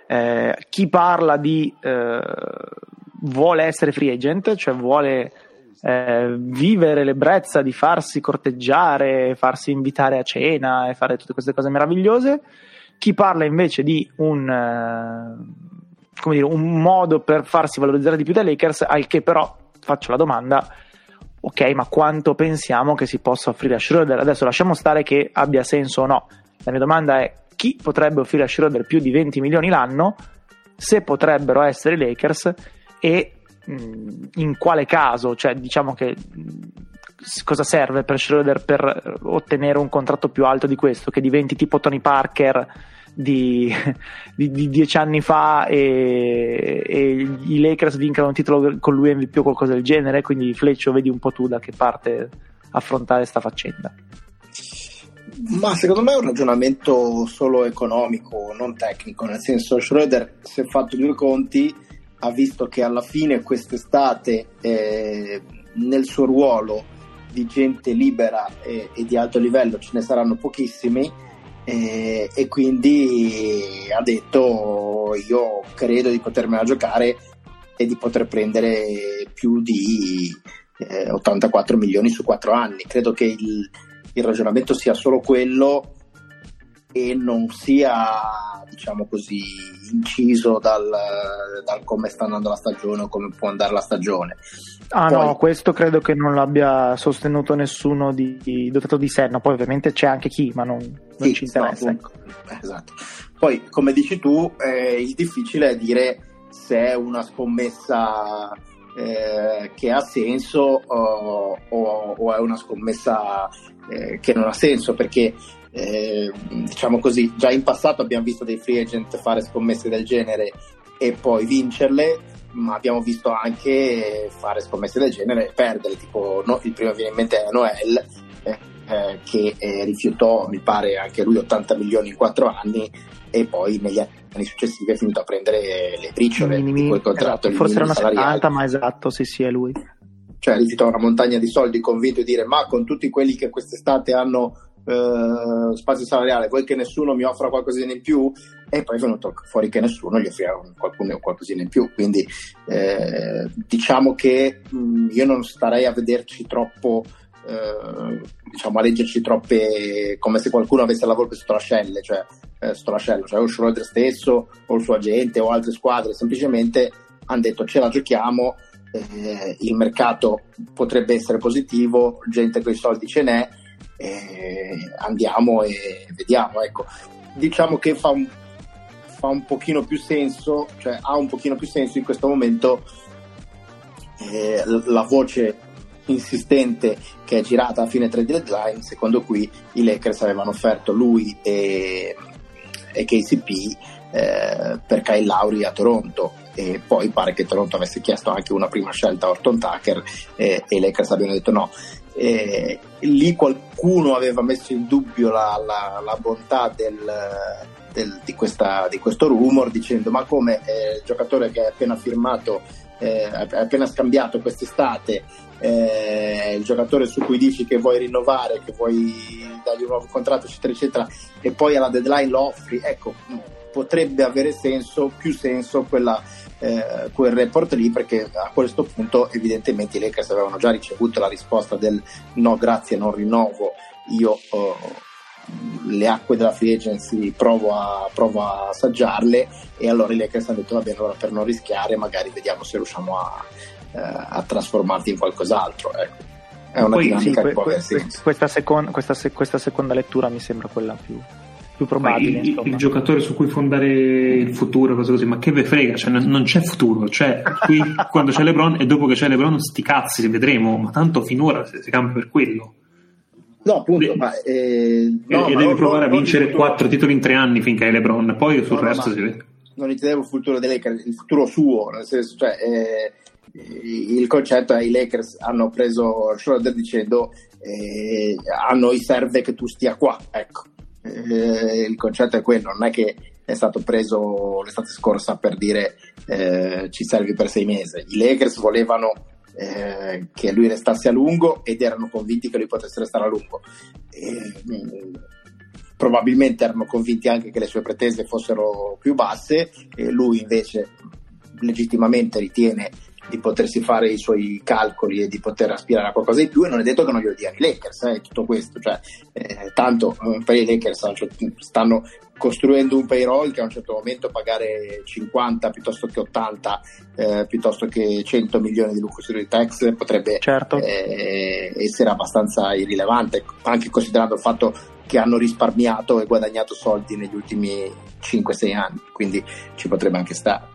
chi parla di vuole essere free agent, cioè vuole vivere l'ebbrezza di farsi corteggiare, farsi invitare a cena e fare tutte queste cose meravigliose. Chi parla invece di un modo per farsi valorizzare di più dai Lakers, al che però faccio la domanda: ok, ma quanto pensiamo che si possa offrire a Schroeder? Adesso lasciamo stare che abbia senso o no. La mia domanda è: chi potrebbe offrire a Schroeder più di 20 milioni l'anno? Se potrebbero essere i Lakers, e in quale caso? Cioè, diciamo che cosa serve per Schroeder per ottenere un contratto più alto di questo, che diventi tipo Tony Parker di 10 anni fa e i Lakers vincano un titolo con lui MVP o qualcosa del genere? Quindi Fleccio, vedi un po' tu da che parte affrontare sta faccenda. Ma secondo me è un ragionamento solo economico, non tecnico, nel senso, Schroeder, si è fatto due conti, ha visto che alla fine quest'estate nel suo ruolo di gente libera e di alto livello ce ne saranno pochissimi, e quindi ha detto: io credo di potermela giocare e di poter prendere più di 84 milioni su 4 anni. Credo che il ragionamento sia solo quello e non sia, diciamo così, inciso dal come sta andando la stagione o come può andare la stagione. Poi, no, questo credo che non l'abbia sostenuto nessuno di dotato di senno. Poi ovviamente c'è anche chi, ma non ci interessa. No, esatto. Poi, come dici tu, il difficile è dire se è una scommessa che ha senso o è una scommessa che non ha senso, perché diciamo così, già in passato abbiamo visto dei free agent fare scommesse del genere e poi vincerle, ma abbiamo visto anche fare scommesse del genere e perdere, tipo il primo che viene in mente è Noel, che rifiutò, mi pare anche lui, 80 milioni in 4 anni, e poi negli anni successivi è finito a prendere le briciole di quel contratto, forse erano 70, ma esatto, sì, è lui. Cioè rifiutò una montagna di soldi convinto di dire: ma con tutti quelli che quest'estate hanno spazio salariale, vuoi che nessuno mi offra qualcosina in più? E poi è venuto fuori che nessuno gli offriva qualcosina in più. Quindi diciamo che io non starei a vederci troppo, diciamo a leggerci troppe, come se qualcuno avesse la Volpe sotto l'ascella, cioè o Schroeder stesso o il suo agente o altre squadre. Semplicemente hanno detto: ce la giochiamo, il mercato potrebbe essere positivo, gente con i soldi ce n'è, andiamo e vediamo. Ecco, diciamo che fa un pochino più senso, cioè ha un pochino più senso in questo momento la voce insistente che è girata a fine trade deadline, secondo cui i Lakers avevano offerto lui e KCP per Kyle Lowry a Toronto, e poi pare che Toronto avesse chiesto anche una prima scelta a Horton Tucker e i Lakers abbiano detto no. Lì qualcuno aveva messo in dubbio la bontà di questo rumor, dicendo: ma come il giocatore che hai appena firmato, hai appena scambiato quest'estate, il giocatore su cui dici che vuoi rinnovare, che vuoi dargli un nuovo contratto, eccetera eccetera, e poi alla deadline lo offri? Ecco, potrebbe avere più senso quel report lì, perché a questo punto evidentemente i Lakers avevano già ricevuto la risposta del no grazie, non rinnovo, io le acque della free agency provo a assaggiarle, e allora i Lakers hanno detto: va bene, allora per non rischiare magari vediamo se riusciamo a trasformarti in qualcos'altro. Ecco, è una dinamica che può avere senso. Questa seconda lettura mi sembra quella più probabile. Il giocatore su cui fondare il futuro, cose così, ma che ve frega, cioè, non c'è futuro, cioè qui quando c'è LeBron e dopo che c'è LeBron sti cazzi, vedremo, ma tanto finora si cambia per quello. No, appunto, devi provare a vincere 4 titoli in 3 anni finché hai LeBron, poi sul resto si vede. Non intendevo il futuro dei Lakers, il futuro suo, nel senso, cioè il concetto è: i Lakers hanno preso Schroeder dicendo a noi serve che tu stia qua, ecco. Il concetto è quello, non è che è stato preso l'estate scorsa per dire ci servi per 6 mesi. I Lakers volevano che lui restasse a lungo ed erano convinti che lui potesse restare a lungo, probabilmente erano convinti anche che le sue pretese fossero più basse, e lui invece legittimamente ritiene di potersi fare i suoi calcoli e di poter aspirare a qualcosa di più, e non è detto che non glielo diano i Lakers, tutto questo, cioè, tanto per i Lakers stanno costruendo un payroll che a un certo momento pagare 50 piuttosto che 80 piuttosto che 100 milioni di luxury tax potrebbe essere abbastanza irrilevante, anche considerando il fatto che hanno risparmiato e guadagnato soldi negli ultimi 5-6 anni, quindi ci potrebbe anche stare.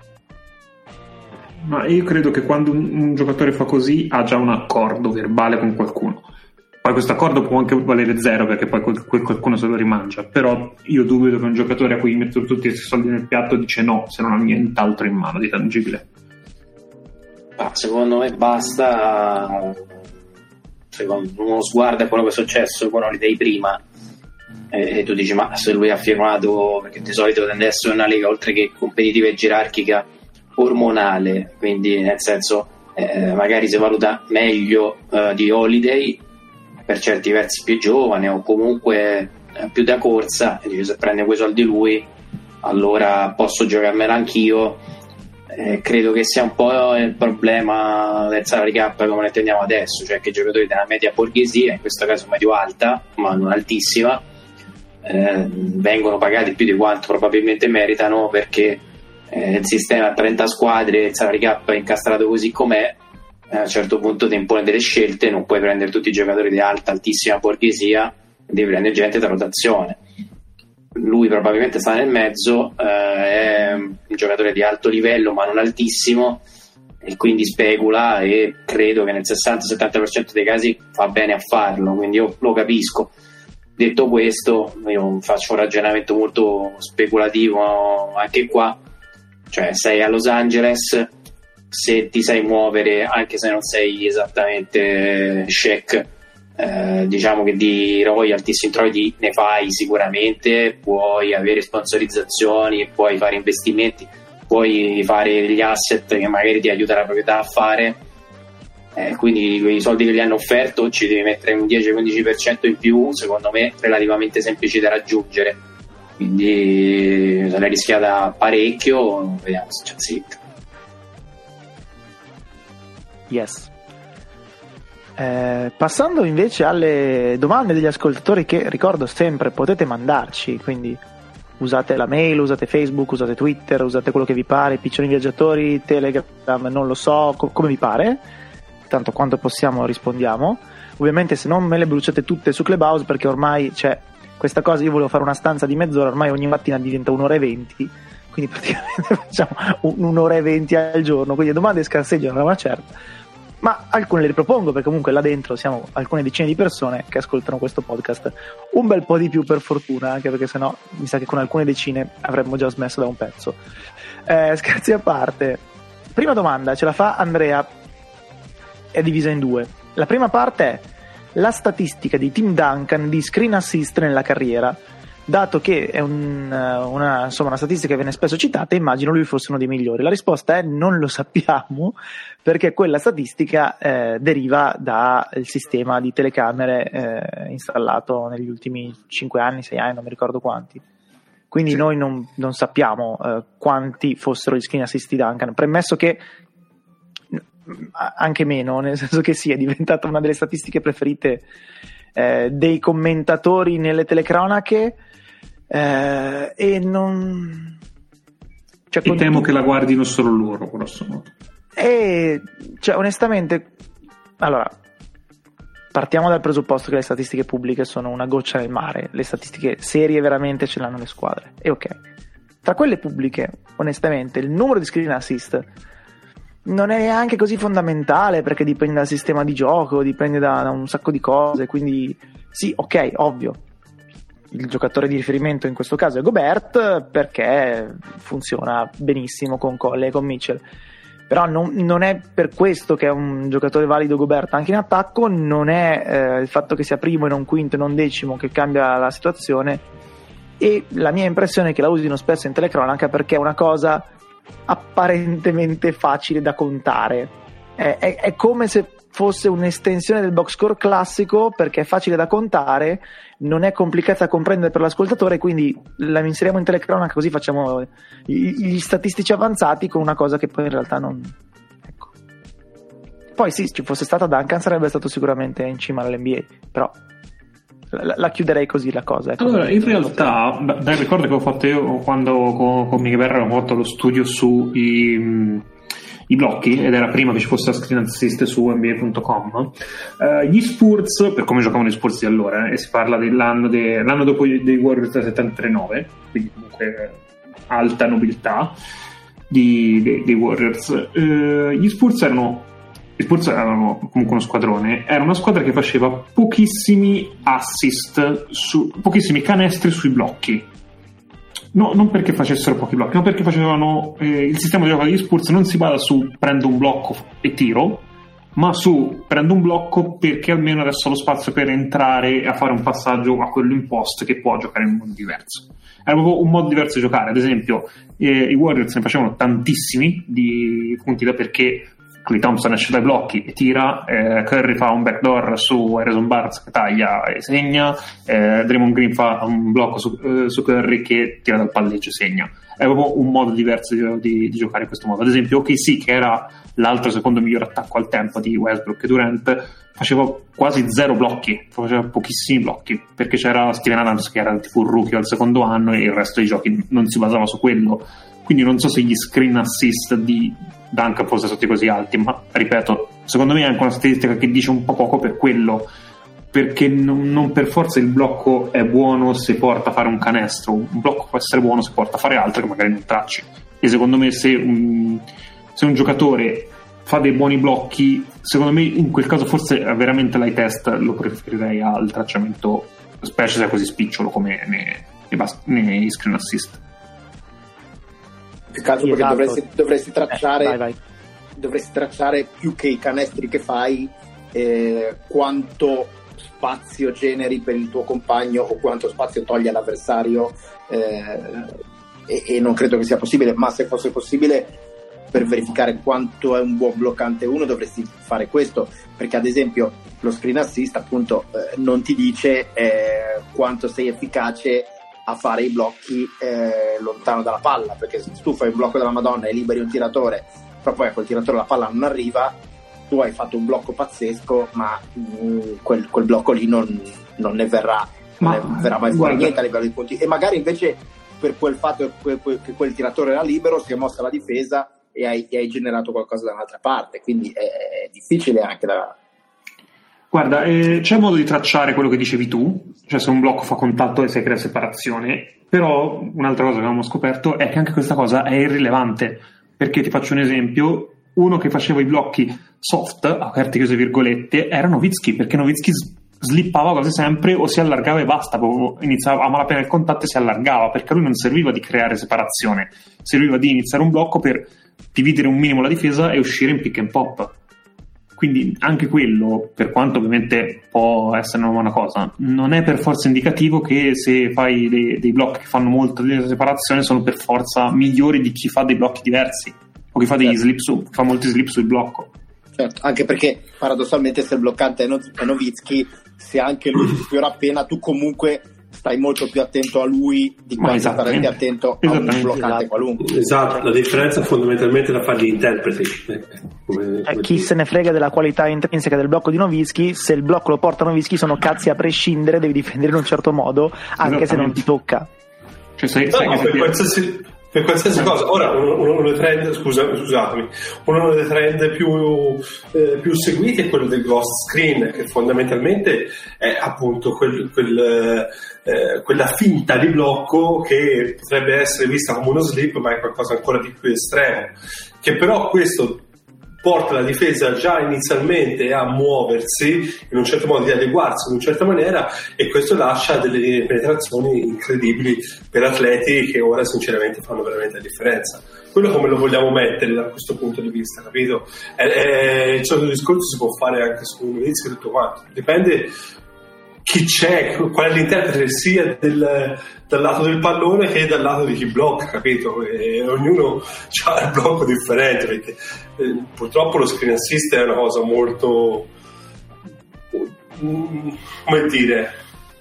Ma io credo che quando un giocatore fa così ha già un accordo verbale con qualcuno. Poi questo accordo può anche valere zero, perché poi qualcuno se lo rimangia, però io dubito che un giocatore a cui mettono tutti questi soldi nel piatto dice no se non ha nient'altro in mano di tangibile. Secondo me basta, secondo uno sguardo a quello che è successo con Holiday prima, e tu dici ma se lui ha firmato, perché di solito tende ad essere una lega oltre che competitiva e gerarchica ormonale, quindi nel senso magari si valuta meglio di Holiday, per certi versi più giovane o comunque più da corsa, e dice se prende quei soldi lui allora posso giocarmela anch'io. Credo che sia un po' il problema del salary cap come lo intendiamo adesso, cioè che i giocatori della media borghesia, in questo caso medio alta ma non altissima, vengono pagati più di quanto probabilmente meritano, perché il sistema a 30 squadre, il salary cap è incastrato così com'è, a un certo punto ti impone delle scelte, non puoi prendere tutti i giocatori di alta, altissima borghesia, devi prendere gente da rotazione. Lui probabilmente sta nel mezzo, è un giocatore di alto livello ma non altissimo, e quindi specula, e credo che nel 60-70% dei casi fa bene a farlo, quindi io lo capisco. Detto questo, io faccio un ragionamento molto speculativo anche qua, cioè sei a Los Angeles, se ti sai muovere, anche se non sei esattamente Shaq, diciamo che di royalties introiti ne fai sicuramente, puoi avere sponsorizzazioni, puoi fare investimenti, puoi fare degli asset che magari ti aiuta la proprietà a fare, quindi quei soldi che gli hanno offerto ci devi mettere un 10-15% in più, secondo me relativamente semplici da raggiungere, quindi se l'hai rischiata parecchio, vediamo se c'è zitto. Yes. Passando invece alle domande degli ascoltatori, che ricordo sempre potete mandarci, quindi usate la mail, usate Facebook, usate Twitter, usate quello che vi pare, Piccioni Viaggiatori, Telegram, non lo so, come vi pare, tanto quanto possiamo rispondiamo. Ovviamente se non me le bruciate tutte su Clubhouse, perché ormai c'è questa cosa, io volevo fare una stanza di mezz'ora, ormai ogni mattina diventa 1 ora e 20, quindi praticamente facciamo 1 ora e 20 al giorno, quindi le domande scarseggiano da una certa, ma alcune le ripropongo perché comunque là dentro siamo alcune decine di persone che ascoltano questo podcast, un bel po' di più per fortuna, anche perché sennò mi sa che con alcune decine avremmo già smesso da un pezzo. Scherzi a parte, prima domanda ce la fa Andrea, è divisa in 2. La prima parte è la statistica di Tim Duncan di screen assist nella carriera, dato che è una statistica che viene spesso citata, immagino lui fosse uno dei migliori. La risposta è non lo sappiamo, perché quella statistica deriva dal sistema di telecamere installato negli ultimi 5 anni, 6 anni, non mi ricordo quanti. Quindi sì, noi non sappiamo quanti fossero gli screen assist di Duncan, premesso che anche meno, nel senso che sì, è diventata una delle statistiche preferite dei commentatori nelle telecronache, e non, cioè, e temo che la guardino solo loro, grosso modo. E cioè, onestamente, allora partiamo dal presupposto che le statistiche pubbliche sono una goccia nel mare, le statistiche serie veramente ce l'hanno le squadre, e ok, tra quelle pubbliche onestamente il numero di screen assist non è neanche così fondamentale, perché dipende dal sistema di gioco, dipende da un sacco di cose, quindi sì, ok, ovvio, il giocatore di riferimento in questo caso è Gobert, perché funziona benissimo con Conley e con Mitchell, però non è per questo che è un giocatore valido Gobert anche in attacco, non è il fatto che sia primo e non quinto e non decimo che cambia la situazione, e la mia impressione è che la usino spesso in telecronaca perché è una cosa apparentemente facile da contare, è come se fosse un'estensione del box score classico, perché è facile da contare, non è complicata da comprendere per l'ascoltatore, quindi la inseriamo in telecronaca, così facciamo gli statistici avanzati con una cosa che poi in realtà non, ecco. Poi sì, ci fosse stata Duncan sarebbe stato sicuramente in cima all'NBA, però la chiuderei così la cosa. Ecco. Allora, in realtà, dai ricordo che ho fatto io quando con Michele Berra abbiamo fatto lo studio su i blocchi, ed era prima che ci fosse la screen assist su NBA.com. Gli Spurs, per come giocavano gli Spurs di allora, e si parla dell'anno dopo dei Warriors del 73-9, quindi comunque alta nobiltà dei Warriors. Gli Spurs erano comunque uno squadrone, era una squadra che faceva pochissimi assist, pochissimi canestri sui blocchi. No, non perché facessero pochi blocchi, ma perché facevano il sistema di gioco degli Spurs non si basa su prendo un blocco e tiro, ma su prendo un blocco perché almeno adesso ho lo spazio per entrare a fare un passaggio a quello in post, che può giocare in un modo diverso. Era proprio un modo diverso di giocare. Ad esempio i Warriors ne facevano tantissimi di punti da perché Klay Thompson esce dai blocchi e tira, Curry fa un backdoor su Harrison Barnes che taglia e segna, Draymond Green fa un blocco su Curry che tira dal palleggio e segna. È proprio un modo diverso di giocare in questo modo. Ad esempio OKC, che era l'altro secondo miglior attacco al tempo di Westbrook e Durant, faceva quasi zero blocchi, faceva pochissimi blocchi, perché c'era Steven Adams che era tipo un rookie al secondo anno e il resto dei giochi non si basava su quello. Quindi non so se gli screen assist di Duncan fossero stati così alti, ma ripeto, secondo me è anche una statistica che dice un po' poco per quello, perché non per forza il blocco è buono se porta a fare un canestro. Un blocco può essere buono se porta a fare altro che magari non tracci, e secondo me se un giocatore fa dei buoni blocchi, secondo me in quel caso forse veramente l'eye test lo preferirei al tracciamento, specie se è così spicciolo come nei screen assist. Più che altro perché esatto. dovresti tracciare vai. Dovresti tracciare più che i canestri che fai, quanto spazio generi per il tuo compagno o quanto spazio togli all'avversario, e non credo che sia possibile, ma se fosse possibile, per verificare quanto è un buon bloccante uno dovresti fare questo, perché ad esempio lo screen assist appunto non ti dice quanto sei efficace a fare i blocchi lontano dalla palla, perché se tu fai un blocco della Madonna e liberi un tiratore, però poi a quel tiratore la palla non arriva, tu hai fatto un blocco pazzesco, ma quel blocco lì non ne verrà mai fuori niente a livello di punti, e magari invece per quel fatto che quel tiratore era libero si è mossa la difesa e hai generato qualcosa da un'altra parte, quindi è difficile anche da... Guarda, c'è modo di tracciare quello che dicevi tu, cioè se un blocco fa contatto e si crea separazione, però un'altra cosa che avevamo scoperto è che anche questa cosa è irrilevante, perché ti faccio un esempio: uno che faceva i blocchi soft, aperte e chiuse virgolette, era Nowitzki, perché Nowitzki slippava quasi sempre o si allargava e basta, iniziava a malapena il contatto e si allargava, perché a lui non serviva di creare separazione, serviva di iniziare un blocco per dividere un minimo la difesa e uscire in pick and pop. Quindi anche quello, per quanto ovviamente può essere una buona cosa, non è per forza indicativo che se fai dei blocchi che fanno molta separazione sono per forza migliori di chi fa dei blocchi diversi o chi fa degli fa molti slip sul blocco. Certo, anche perché paradossalmente se il bloccante è Nowitzki, se anche lui ti sfiora appena, tu comunque stai molto più attento a lui di quanto staresti attento a un bloccante qualunque. Esatto, la differenza fondamentalmente la fa gli interpreti. Chi se ne frega della qualità intrinseca del blocco di Nowitzki, se il blocco lo porta Nowitzki sono cazzi a prescindere, devi difendere in un certo modo anche se non ti tocca. Cioè, per qualsiasi cosa. Ora uno dei trend, scusatemi, uno dei trend più seguiti è quello del ghost screen, che fondamentalmente è appunto quella finta di blocco che potrebbe essere vista come uno slip, ma è qualcosa ancora di più estremo, che però questo porta la difesa già inizialmente a muoversi in un certo modo, di adeguarsi in una certa maniera, e questo lascia delle penetrazioni incredibili per atleti che ora sinceramente fanno veramente la differenza. Quello come lo vogliamo mettere da questo punto di vista, capito? Il solito discorso si può fare anche su un inizio e tutto quanto, dipende chi c'è, qual è l'interprete sia dal lato del pallone che dal lato di chi blocca, capito? E ognuno ha il blocco differente, perché purtroppo lo screen assist è una cosa molto, come dire,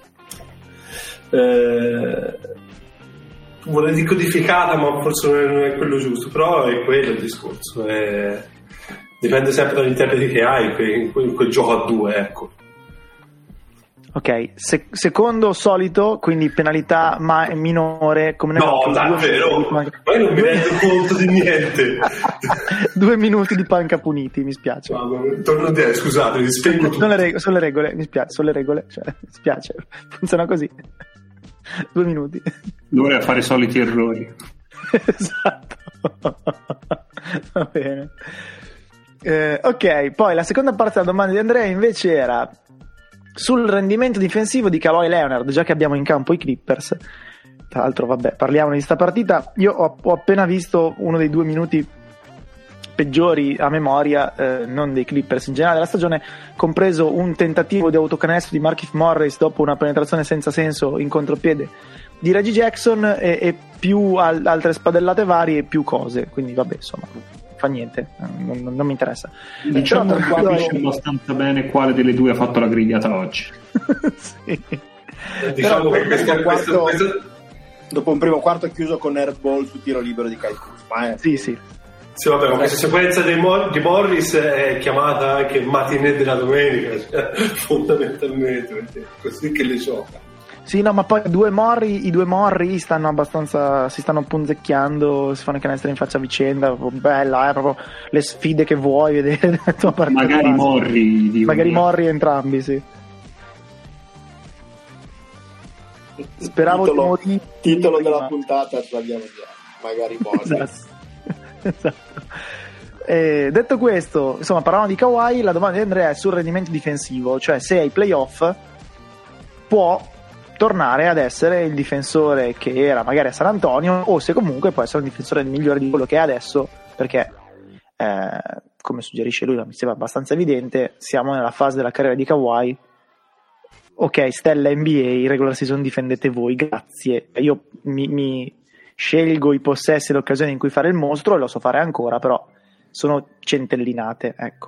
vorrei dire codificata, ma forse non è quello giusto, però è quello il discorso. Dipende sempre dagli interpreti che hai in quel gioco a due, ecco. Ok, secondo solito, quindi penalità minore, come no, davvero, ma io non mi rendo conto di niente. 2 minuti di panca puniti, mi spiace. Torno a dire, scusate, mi spengo tutto. Sono le regole, mi spiace, sono le regole, cioè, mi spiace, funziona così. 2 minuti. Dovrei fare i soliti errori. Esatto. Va bene. Ok, poi la seconda parte della domanda di Andrea invece era sul rendimento difensivo di Kawhi Leonard, già che abbiamo in campo i Clippers. Tra l'altro, vabbè, parliamo di sta partita. Io ho appena visto uno dei 2 minuti peggiori a memoria, non dei Clippers in generale della stagione, compreso un tentativo di autocanestro di Markieff Morris dopo una penetrazione senza senso in contropiede di Reggie Jackson e più altre spadellate varie e più cose, quindi vabbè, insomma, fa niente, non mi interessa. Diciamo che capisce abbastanza bene quale delle due ha fatto la grigliata oggi. Sì. Diciamo che questo... dopo un primo quarto chiuso con airball su tiro libero di Kyle Kuzma. Sì. Sì, vabbè, ma questa sequenza di Morris è chiamata anche matinée della domenica, cioè, fondamentalmente, perché così che le gioca. Sì, no, ma poi i due morri stanno abbastanza, si stanno punzecchiando, si fanno i canestri in faccia a vicenda, bella, proprio le sfide che vuoi vedere nella tua partita. Magari morri entrambi, sì. Speravo titolo della puntata, ce l'abbiamo già, magari morri. Esatto. Detto questo, insomma, parlavamo di Kawhi, la domanda di Andrea è sul rendimento difensivo, cioè se ai playoff può tornare ad essere il difensore che era magari a San Antonio, o se comunque può essere un difensore migliore di quello che è adesso, perché come suggerisce lui, mi sembra abbastanza evidente, siamo nella fase della carriera di Kawhi. Ok, stella NBA, regular season difendete voi, grazie. Io mi scelgo i possessi e le occasioni in cui fare il mostro, e lo so fare ancora, però sono centellinate, ecco.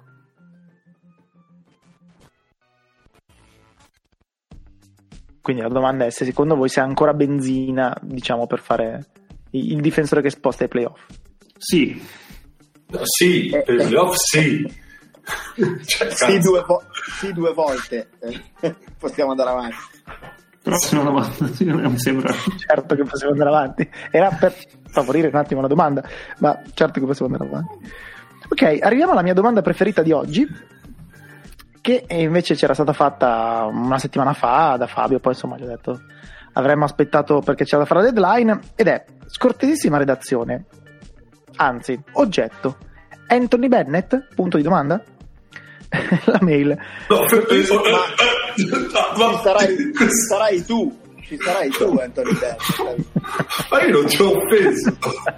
Quindi la domanda è se secondo voi c'è ancora benzina, diciamo, per fare il difensore che sposta ai playoff. Sì. Sì, per i playoff sì. Cioè, sì, due volte. Possiamo andare avanti. Prossima domanda, mi sembra. Certo che possiamo andare avanti. Era per favorire un attimo la domanda, ma certo che possiamo andare avanti. Ok, arriviamo alla mia domanda preferita di oggi, che invece c'era stata fatta una settimana fa da Fabio, poi insomma gli ho detto avremmo aspettato perché c'era da fare la deadline, ed è: scortesissima redazione, anzi oggetto, Anthony Bennett? Punto di domanda. La mail. No, ci sarai tu Anthony Bennett. Ma io non ci ho offeso.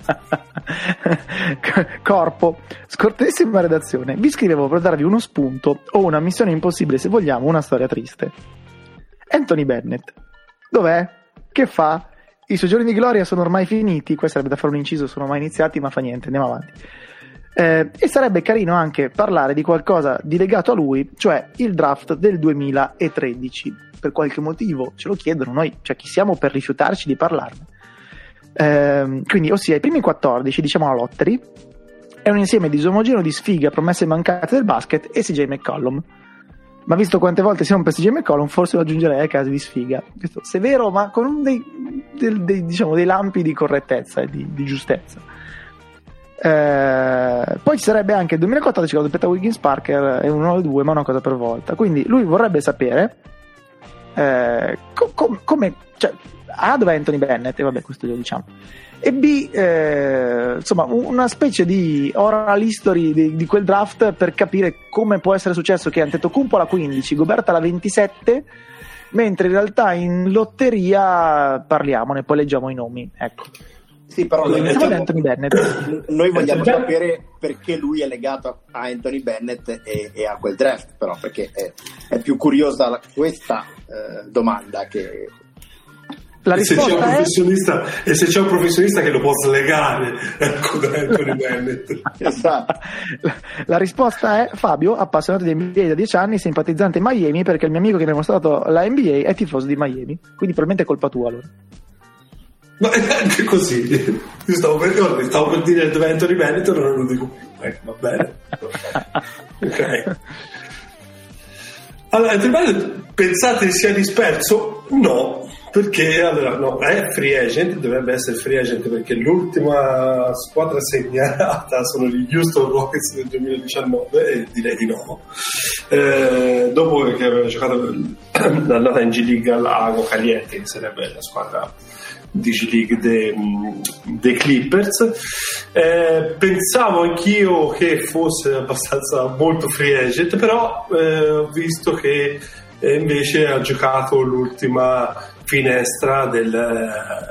Corpo, scortesissima redazione, vi scrivevo per darvi uno spunto o una missione impossibile, se vogliamo, una storia triste. Anthony Bennett, dov'è? Che fa? I suoi giorni di gloria sono ormai finiti. Qua sarebbe da fare un inciso, sono mai iniziati, ma fa niente, andiamo avanti. E sarebbe carino anche parlare di qualcosa di legato a lui, cioè il draft del 2013. Per qualche motivo ce lo chiedono, noi, cioè, chi siamo per rifiutarci di parlarne? Quindi, ossia, i primi 14, diciamo la lottery, è un insieme disomogeneo di sfighe, promesse mancate del basket e CJ McCollum. Ma visto quante volte si rompe CJ McCollum, forse lo aggiungerei a casi di sfiga. Questo severo, ma con diciamo, dei lampi di correttezza e di giustezza. Poi ci sarebbe anche il 2014 con Peta Wiggins Parker e uno o due, ma una cosa per volta. Quindi lui vorrebbe sapere come, cioè, A, dov'è Anthony Bennett, e vabbè, questo lo diciamo, e B, insomma, una specie di oral history di quel draft, per capire come può essere successo che Antetokounmpo alla 15, Gobert alla 27, mentre in realtà in lotteria parliamone, poi leggiamo i nomi, ecco. Sì, però Anthony Bennett. Noi vogliamo sapere perché lui è legato a Anthony Bennett e a quel draft, però, perché è più curiosa questa domanda che... La e se c'è un professionista che lo può slegare, ecco, da Anthony Bennett. Esatto. La risposta è: Fabio, appassionato di NBA da 10 anni, simpatizzante Miami, perché il mio amico che mi ha mostrato la NBA è tifoso di Miami, quindi probabilmente è colpa tua, allora. Ma è anche così. Io stavo per dire il dove Anthony Bennett, non lo dico più. Va bene. Ok. Allora, Anthony Bennett, pensate sia disperso? No, perché allora no, è free agent, dovrebbe essere free agent perché l'ultima squadra segnalata sono gli Houston Rockets del 2019 e direi di no. Dopo che aveva giocato l'andata in G League al Lago Caliente, che sarebbe la squadra di G League dei Clippers. Pensavo anch'io che fosse abbastanza molto free agent, però ho visto che invece ha giocato l'ultima finestra delle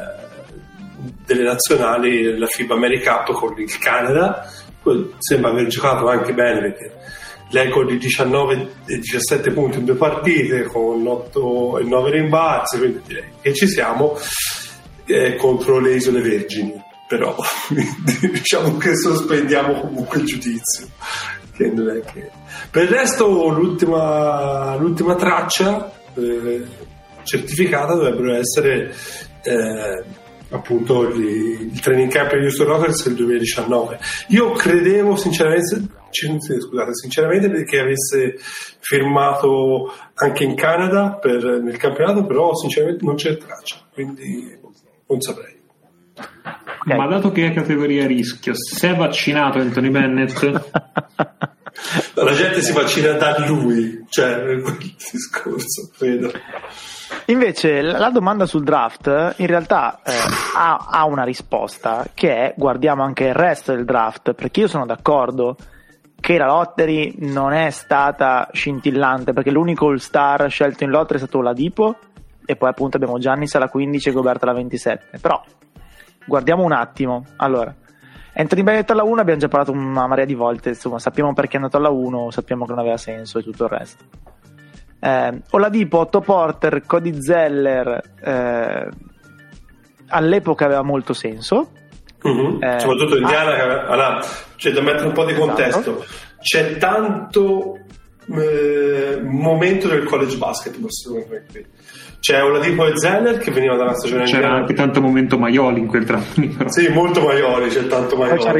nazionali della FIBA AmeriCup con il Canada. Sembra aver giocato anche bene, perché lei con i 19 e 17 punti in 2 partite con 8 e 9 rimbalzi, quindi direi che ci siamo. Contro le Isole Vergini, però diciamo che sospendiamo comunque il giudizio, che non è che... Per il resto l'ultima traccia certificata dovrebbero essere appunto il training camp degli Houston Rockets del 2019. Io credevo sinceramente perché avesse firmato anche in Canada nel campionato, però sinceramente non c'è traccia, quindi non saprei. Okay. Ma dato che è categoria rischio, se è vaccinato Anthony Bennett, la gente si vaccina da lui, cioè quel discorso, credo. Invece la domanda sul draft in realtà ha una risposta, che è: guardiamo anche il resto del draft, perché io sono d'accordo che la lottery non è stata scintillante, perché l'unico all-star scelto in lottery è stato Oladipo, e poi appunto abbiamo Giannis alla 15 e Gobert alla 27. Però guardiamo un attimo. Allora, Anthony Bennett alla 1 abbiamo già parlato una marea di volte, insomma sappiamo perché è andato alla 1, sappiamo che non aveva senso e tutto il resto. Oladipo, Otto Porter, Cody Zeller all'epoca aveva molto senso. Soprattutto Indiana, allora, c'è da mettere un po' di contesto. Esatto. C'è tanto momento del college basketball secondo me qui. C'è Oladipo e Zeller che veniva dalla stagione c'era indiana. Anche tanto momento Maioli in quel draft. Sì, molto Maioli, c'è tanto Maioli.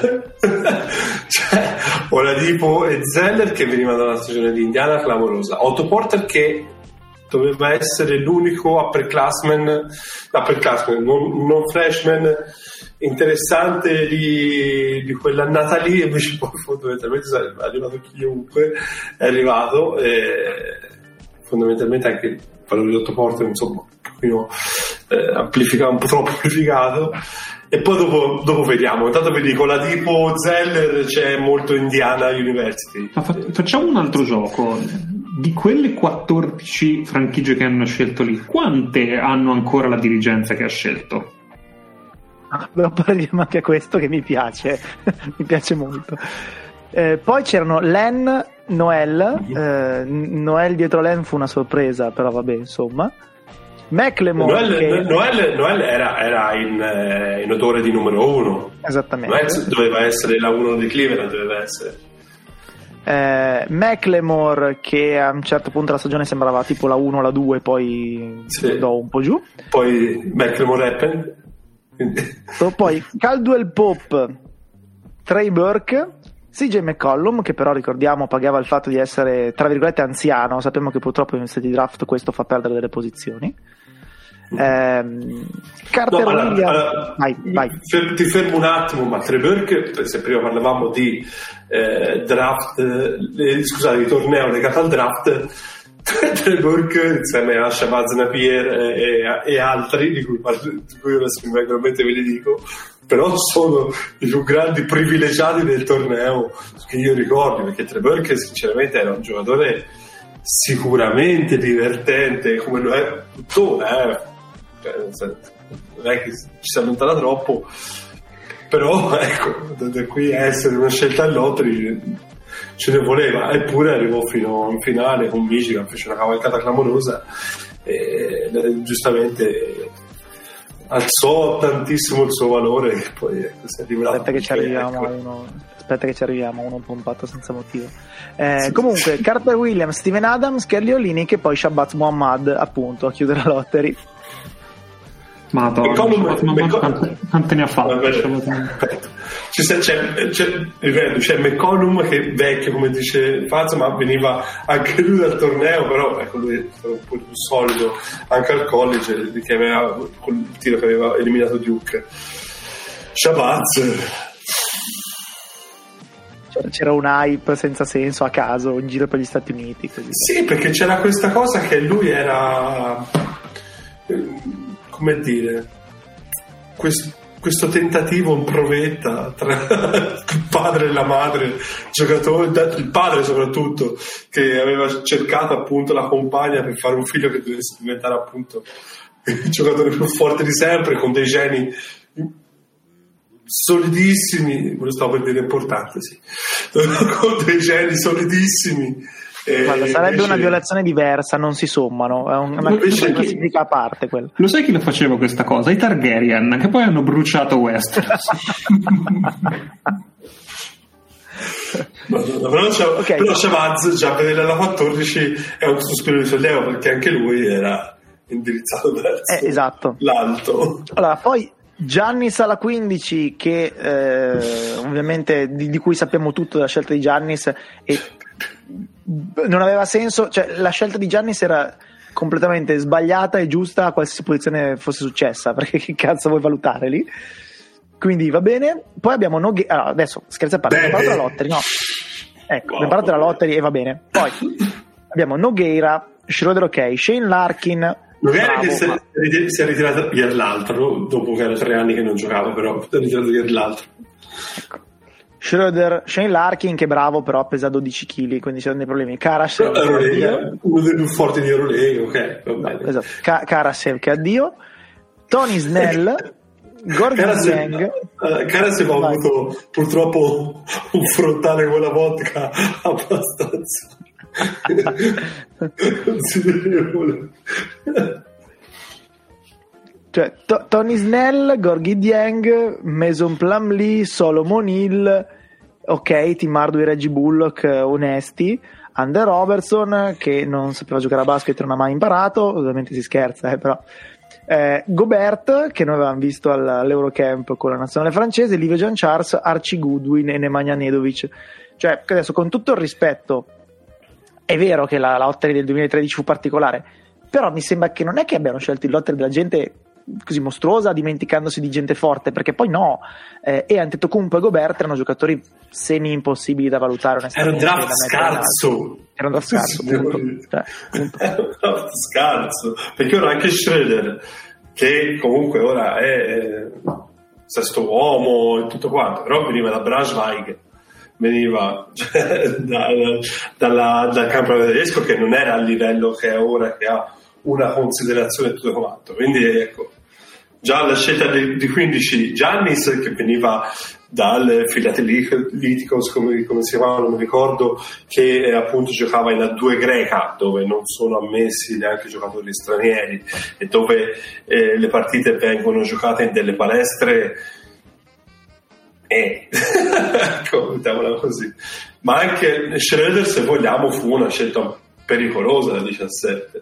C'è Oladipo e Zeller che venivano dalla stagione di Indiana, clamorosa. Otto Porter che doveva essere l'unico upperclassman, non freshman interessante di quell'annata lì, invece poi fondamentalmente è arrivato chiunque è arrivato, e fondamentalmente anche il valore di Otto Porter insomma un po' troppo amplificato. E poi dopo vediamo. Intanto vi dico, la tipo Zeller c'è molto Indiana University. Ma facciamo un altro gioco. Di quelle 14 franchigie che hanno scelto lì, quante hanno ancora la dirigenza che ha scelto? Però parliamo anche a questo, che mi piace mi piace molto. Poi c'erano Len, Noel dietro Len fu una sorpresa, però vabbè, insomma. McLemore Noel era in odore di numero 1. Esattamente. Noel doveva essere la 1 di Cleveland, doveva essere. McLemore che a un certo punto della stagione sembrava tipo la 1 o la 2, poi andò un po' giù. Poi McLemore Happen. Poi Caldwell Pope, Trey Burke, CJ McCollum, che però ricordiamo pagava il fatto di essere tra virgolette anziano. Sappiamo che purtroppo in questi draft questo fa perdere delle posizioni. Carter Williams, vai. Ti fermo un attimo, ma Trey Burke, se prima parlavamo di draft, scusate, di torneo legato al draft, Trey Burke insieme a Shabazz Napier e altri di cui ora se mi vengono in mente ve li dico, però sono i più grandi privilegiati del torneo che io ricordi, perché Trey Burke sinceramente era un giocatore sicuramente divertente come lo è tuttora, non è che ci si allontana troppo, però ecco, da qui a essere una scelta all'Otri ce ne voleva, eppure arrivò fino in finale con Michigan, fece una cavalcata clamorosa e giustamente alzò tantissimo il suo valore, e poi ecco, si è rivelato. Aspetta che ci arriviamo a uno pompato senza motivo. Comunque Carter Williams, Steven Adams, Kelly Olynyk e poi Shabazz Muhammad appunto a chiudere la lottery. quante ne ha fatte? Ripeto, c'è McCollum che è vecchio, come dice Fazio, ma veniva anche lui dal torneo, però ecco, lui è stato un po' più solido anche al college, che aveva col tiro che aveva eliminato Duke. Shabazz, c'era un hype senza senso a caso in giro per gli Stati Uniti, così. Sì, perché c'era questa cosa che lui era, come dire, questo tentativo in provetta tra il padre e la madre, giocatore, il padre soprattutto, che aveva cercato appunto la compagna per fare un figlio che dovesse diventare appunto il giocatore più forte di sempre, con dei geni solidissimi, quello stavo per dire importante, sì, con dei geni solidissimi. Guarda, sarebbe una violazione diversa, non si sommano, è una classifica a parte quella. Lo sai chi lo faceva questa cosa? I Targaryen, che poi hanno bruciato Westeros. Però Shabazz già per la 14 è un sospiro di sollievo, perché anche lui era indirizzato verso esatto. l'alto. Allora, poi Giannis alla 15, che ovviamente di cui sappiamo tutto della scelta di Giannis, e non aveva senso, cioè la scelta di Giannis era completamente sbagliata e giusta a qualsiasi posizione fosse successa, perché che cazzo vuoi valutare lì? Quindi va bene. Poi abbiamo allora, adesso scherzo a parte, abbiamo parlato della lottery, no? Ecco, abbiamo parlato della lottery e va bene. Poi abbiamo Nogueira, Schroeder ok, Shane Larkin. Nogueira che si è ritirato ieri l'altro, dopo che era 3 anni che non giocava, però si è ritirato ieri l'altro. Ecco. Schroeder, Shane Larkin che bravo, però pesa 12 kg, quindi c'erano dei problemi. Karasev, uno dei più forti di Eurolega, ok, va bene. Esatto. Karasev che addio. Tony Snell, Gordon Yang. Karasev ha avuto purtroppo un frontale con la vodka abbastanza considerevole. Cioè, Tony Snell, Gorgui Dieng, Mason Plumlee, Solomon Hill, ok, Tim Hardaway, Reggie Bullock, onesti, Under Robertson che non sapeva giocare a basket e non ha mai imparato, ovviamente si scherza, però Gobert che noi avevamo visto all'Eurocamp con la nazionale francese, Livio Jean Charles, Archie Goodwin e Nemanja Nedovic. Cioè, adesso, con tutto il rispetto, è vero che la lottery del 2013 fu particolare, però mi sembra che non è che abbiano scelto il lottery della gente così mostruosa dimenticandosi di gente forte, perché poi no, e Antetokounmpo e Gobert erano giocatori semi impossibili da valutare. Era un draft scarso, era un draft scarso, punto. Era un draft scarso, perché ora anche Schroeder, che comunque ora è sesto uomo e tutto quanto, però veniva da Braunschweig, veniva dal campionato tedesco, che non era al livello che è ora, che ha una considerazione e tutto quanto. Quindi ecco, già la scelta di 15 Giannis, che veniva dal Philadelphos, come si chiamava, non mi ricordo, che appunto giocava in A2 greca, dove non sono ammessi neanche giocatori stranieri e dove le partite vengono giocate in delle palestre, ecco, mettiamola così. Ma anche Schroeder, se vogliamo, fu una scelta pericolosa da 17.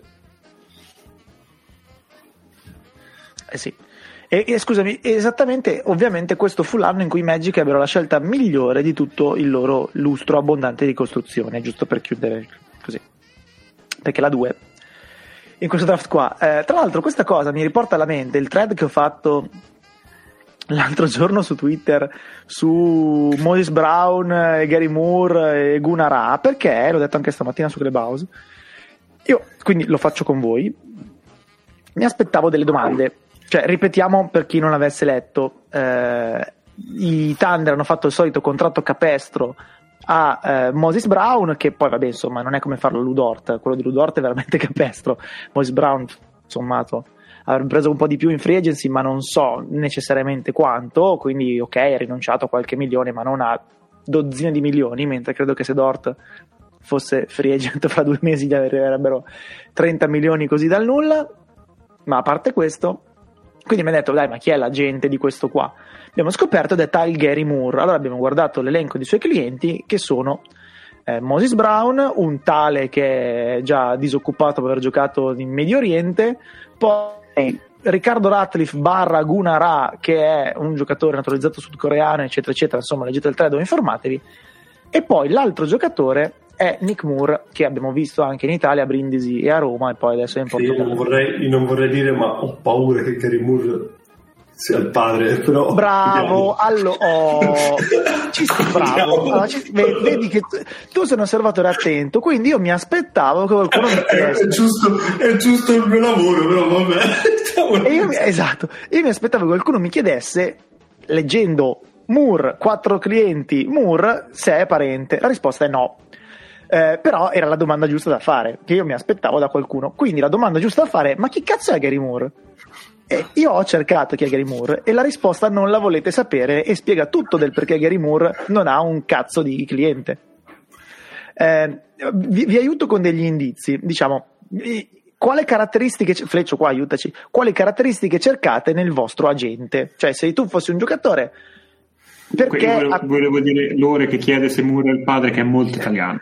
Sì. E scusami, esattamente, ovviamente questo fu l'anno in cui i Magic ebbero la scelta migliore di tutto il loro lustro abbondante di costruzione, giusto per chiudere così, perché la 2 in questo draft qua, tra l'altro questa cosa mi riporta alla mente il thread che ho fatto l'altro giorno su Twitter su Moses Brown e Gary Moore e Gunnar Ra, perché l'ho detto anche stamattina su Clubhouse, io quindi lo faccio con voi, mi aspettavo delle domande. Cioè, ripetiamo per chi non avesse letto, i Thunder hanno fatto il solito contratto capestro a Moses Brown, che poi vabbè, insomma, non è come farlo Ludort, quello di Ludort è veramente capestro. Moses Brown, sommato, avrebbe preso un po' di più in free agency, ma non so necessariamente quanto, quindi ok, ha rinunciato a qualche milione, ma non a dozzine di milioni, mentre credo che se Dort fosse free agent fra 2 mesi gli arriverebbero 30 milioni così dal nulla. Ma a parte questo, quindi mi ha detto, dai, ma chi è l'agente di questo qua? Abbiamo scoperto ed è tal Gary Moore. Allora abbiamo guardato l'elenco dei suoi clienti, che sono Moses Brown, un tale che è già disoccupato per aver giocato in Medio Oriente, poi Riccardo Ratliff / Guna Ra, che è un giocatore naturalizzato sudcoreano, eccetera eccetera, insomma leggete il thread o informatevi. E poi l'altro giocatore è Nick Moore, che abbiamo visto anche in Italia a Brindisi e a Roma, e poi adesso è in Portogallo. Io non vorrei dire, ma ho paura che Gary Moore sia il padre, però bravo, bravo. Allora, vedi che tu sei un osservatore attento, quindi io mi aspettavo che qualcuno mi chiedesse. È giusto il mio lavoro, però vabbè. Io mi aspettavo che qualcuno mi chiedesse, leggendo Moore, 4 clienti Moore, se è parente. La risposta è no. Però era la domanda giusta da fare, che io mi aspettavo da qualcuno. Quindi la domanda giusta da fare: ma chi cazzo è Gary Moore? E io ho cercato chi è Gary Moore e la risposta non la volete sapere, e spiega tutto del perché Gary Moore non ha un cazzo di cliente. Vi aiuto con degli indizi, diciamo. Quale caratteristiche, Fleccio qua aiutaci, quali caratteristiche cercate nel vostro agente? Cioè, se tu fossi un giocatore, perché volevo dire Lore che chiede se Moore è il padre, che è molto italiano.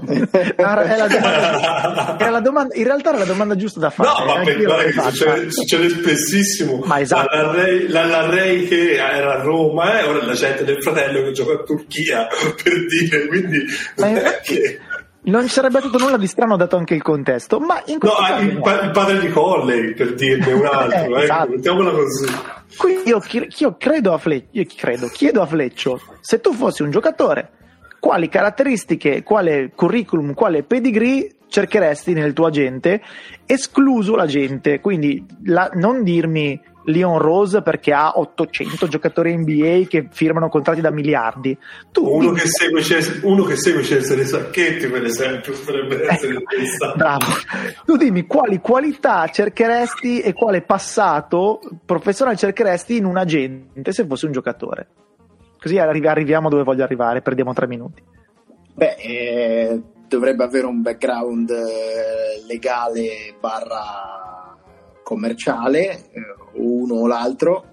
Era la domanda, in realtà era la domanda giusta da fare. No, ma succede spessissimo. Ma esatto. L'Array che era a Roma, ora è la gente del fratello che gioca a Turchia, per dire, quindi non ci sarebbe stato nulla di strano dato anche il contesto, ma in il padre di Colley, per dirne un altro, esatto. Mettiamola così. Quindi io chiedo a Fleccio, se tu fossi un giocatore, quali caratteristiche, quale curriculum, quale pedigree cercheresti nel tuo agente, escluso l'agente. Quindi non dirmi Leon Rose perché ha 800 giocatori NBA che firmano contratti da miliardi. Uno che segue Cesare Sacchetti, per esempio, potrebbe essere pensato. Bravo. Tu dimmi quali qualità cercheresti e quale passato professionale cercheresti in un agente se fossi un giocatore. Così arriviamo dove voglio arrivare, perdiamo 3 minuti. Dovrebbe avere un background legale / commerciale, uno o l'altro,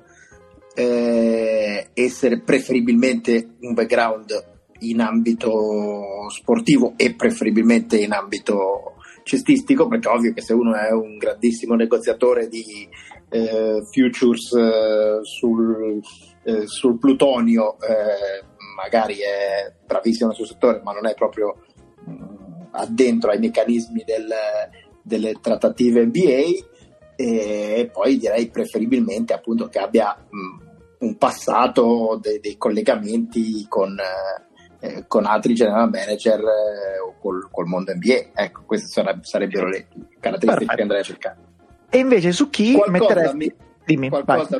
essere preferibilmente un background in ambito sportivo e preferibilmente in ambito cestistico, perché è ovvio che se uno è un grandissimo negoziatore di futures sul plutonio, magari è bravissimo nel suo settore, ma non è proprio addentro ai meccanismi delle trattative NBA. E poi direi preferibilmente appunto che abbia un passato dei collegamenti con altri general manager o col mondo NBA. Ecco, queste sarebbero le caratteristiche Perfetto. che andrei a cercare. E invece su chi metteresti? Dimmi, qualcosa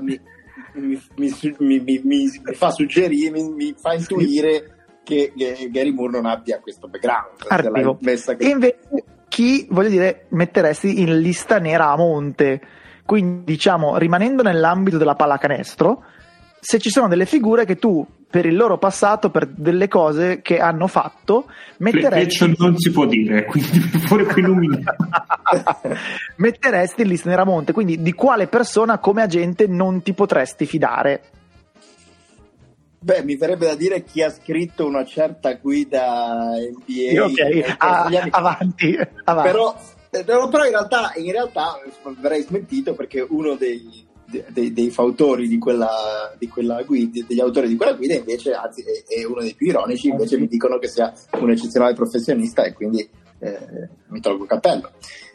mi fa suggerire, mi fa intuire che Gary Moore non abbia questo background. E invece chi, voglio dire, metteresti in lista nera a monte? Quindi, diciamo, rimanendo nell'ambito della pallacanestro, se ci sono delle figure che tu, per il loro passato, per delle cose che hanno fatto, metteresti... non si può dire, quindi fuori quei nomi. Metteresti in lista nera a monte, quindi di quale persona come agente non ti potresti fidare? Mi verrebbe da dire chi ha scritto una certa guida NBA. Ok, avanti. Però in realtà verrei smentito, perché uno dei fautori di quella guida, degli autori di quella guida, invece, anzi è uno dei più ironici, invece mi dicono che sia un eccezionale professionista, e quindi mi tolgo il cappello.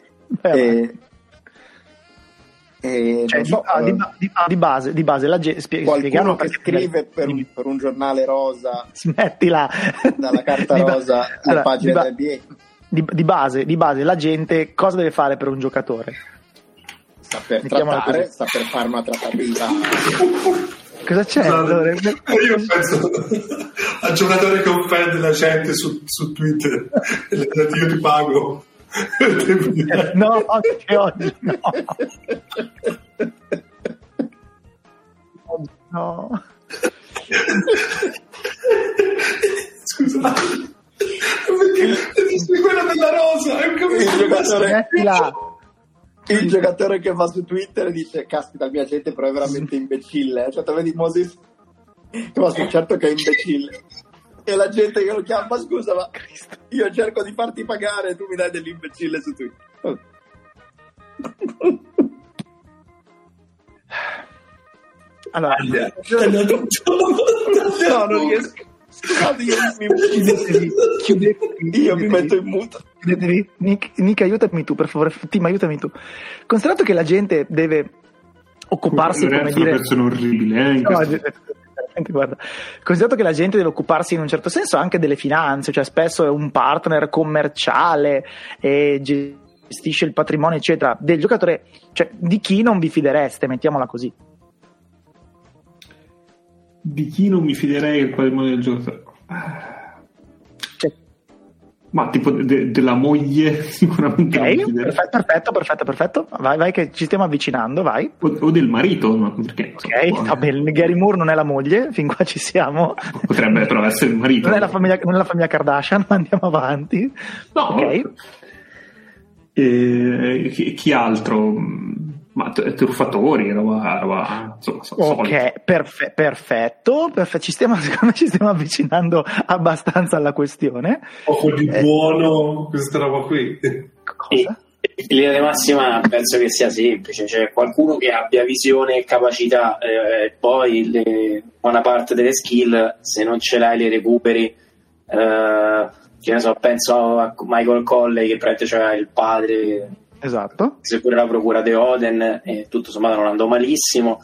Di base la qualcuno che scrive per un giornale rosa, smettila, dalla carta rosa alle pagine dell'NBA. Di base la gente cosa deve fare per un giocatore? Saper trattare, saper fare una trattativa. Cosa c'è? Io penso al giocatore che offende la gente su Twitter. Io ti pago. No, anche oggi no. Scusa, perché quello della rosa è il giocatore che va su Twitter e dice: caspita, il mio agente però è veramente imbecille. Cioè, te vedi Moses che va su, certo che è imbecille, e la gente che lo chiama: ma scusa, ma io cerco di farti pagare e tu mi dai dell'imbecille su Twitter. allora, no, non riesco. Scusate, io mi metto in muto. Nick, aiutami tu, per favore. Tim, aiutami tu. Considerato che la gente deve occuparsi, come dire, una persona orribile, guarda, considerato che la gente deve occuparsi in un certo senso anche delle finanze, cioè spesso è un partner commerciale e gestisce il patrimonio eccetera del giocatore, cioè di chi non vi fidereste, mettiamola così. Di chi non mi fiderei il patrimonio del giocatore? Cioè, ma tipo della moglie sicuramente. Ok, perfetto. Vai che ci stiamo avvicinando, vai. O del marito, no? Perché, ok, va bene. Gary Moore non è la moglie, fin qua ci siamo. Potrebbe però essere il marito. Non è la famiglia Kardashian, ma andiamo avanti. No, ok. Chi altro? Ma truffatori, roba insomma, ok, perfetto. Secondo me ci stiamo avvicinando abbastanza alla questione. Poco di buono, questa roba qui. Cosa? In linea di massima penso che sia semplice, cioè qualcuno che abbia visione e capacità, poi buona parte delle skill, se non ce l'hai le recuperi. Che ne so, penso a Michael Colley, che praticamente c'era il padre. Esatto. Seppure la procura di Oden, tutto sommato non andò malissimo,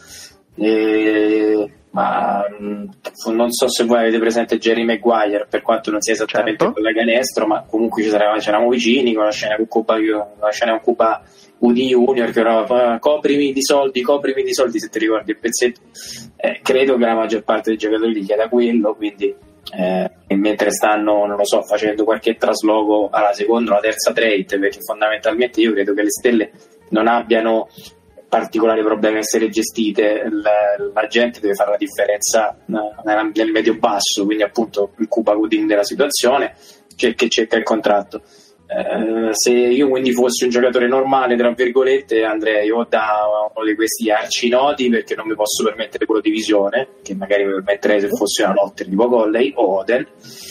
ma non so se voi avete presente Jerry Maguire, per quanto non sia esattamente quella canestro, ma comunque c'eravamo vicini con la scena con Cuba Udi Junior che era coprimi di soldi se ti ricordi il pezzetto. Credo che la maggior parte dei giocatori gli chieda quello, quindi e mentre stanno, non lo so, facendo qualche trasloco alla seconda o alla terza trade, perché fondamentalmente io credo che le stelle non abbiano particolari problemi a essere gestite, la gente deve fare la differenza nel medio basso, quindi appunto il Cuba Gooding della situazione, che cerca il contratto. Se io quindi fossi un giocatore normale, tra virgolette, andrei o da uno di questi arcinoti, perché non mi posso permettere quello di visione, che magari mi permetterei se fossi una lotta tipo Colley o Oden,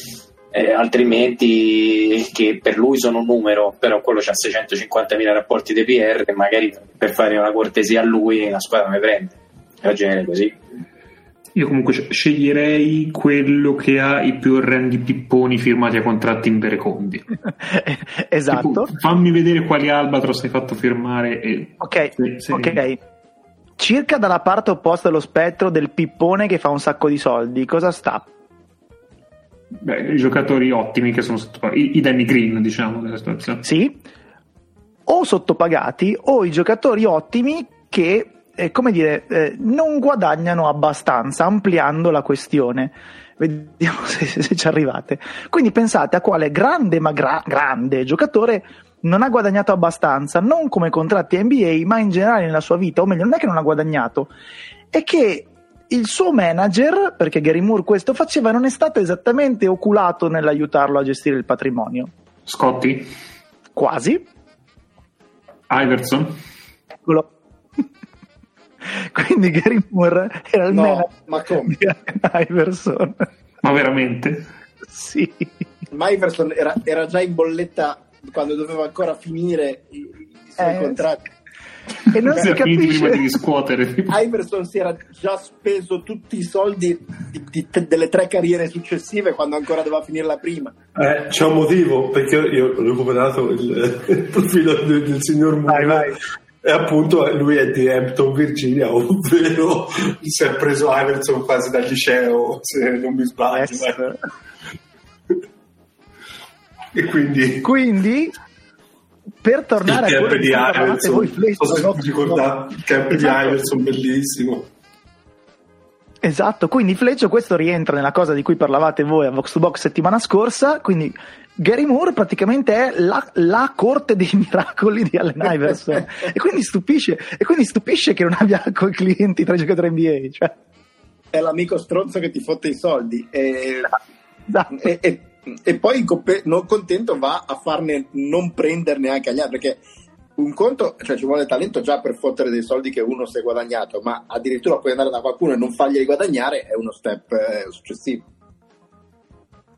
altrimenti che per lui sono un numero, però quello c'ha 650.000 rapporti di PR, che magari per fare una cortesia a lui la squadra mi prende, ragionare così. Io comunque sceglierei quello che ha i più orrendi pipponi firmati a contratti in verecondi. Esatto. Tipo, fammi vedere quali Albatros hai fatto firmare. Ok. Circa dalla parte opposta dello spettro del pippone che fa un sacco di soldi, cosa sta? I giocatori ottimi che sono sottopagati, i Danny Green, diciamo, della situazione. Sì, o sottopagati o i giocatori ottimi che non guadagnano abbastanza, ampliando la questione. Vediamo se ci arrivate. Quindi pensate a quale grande giocatore non ha guadagnato abbastanza, non come contratti NBA, ma in generale nella sua vita, o meglio, non è che non ha guadagnato, è che il suo manager, perché Gary Moore questo faceva, non è stato esattamente oculato nell'aiutarlo a gestire il patrimonio. Scotti? Quasi. Iverson? Eccolo. Quindi Gary Moore era il manager di Iverson. Ma veramente? Sì. Ma Iverson era già in bolletta quando doveva ancora finire i suoi contratti. E non si capisce prima di riscuotere. Iverson si era già speso tutti i soldi delle 3 carriere successive quando ancora doveva finire la prima. C'è un motivo, perché io ho recuperato il profilo del signor Moore. Vai. E appunto lui è di Hampton, Virginia, ovvero si è preso Iverson quasi dal liceo, se non mi sbaglio. E quindi per tornare il a quello di Iverson, il camp di Iverson bellissimo. Esatto, quindi Fleccio, questo rientra nella cosa di cui parlavate voi a Vox to Box settimana scorsa, quindi Gary Moore praticamente è la corte dei miracoli di Allen Iverson e quindi stupisce che non abbia clienti tra i giocatori NBA, cioè. È l'amico stronzo che ti fotte i soldi Esatto. E poi non contento va a farne non prenderne anche agli altri, perché un conto, cioè ci vuole talento già per fottere dei soldi che uno si è guadagnato, ma addirittura puoi andare da qualcuno e non farglieli guadagnare, è uno step successivo.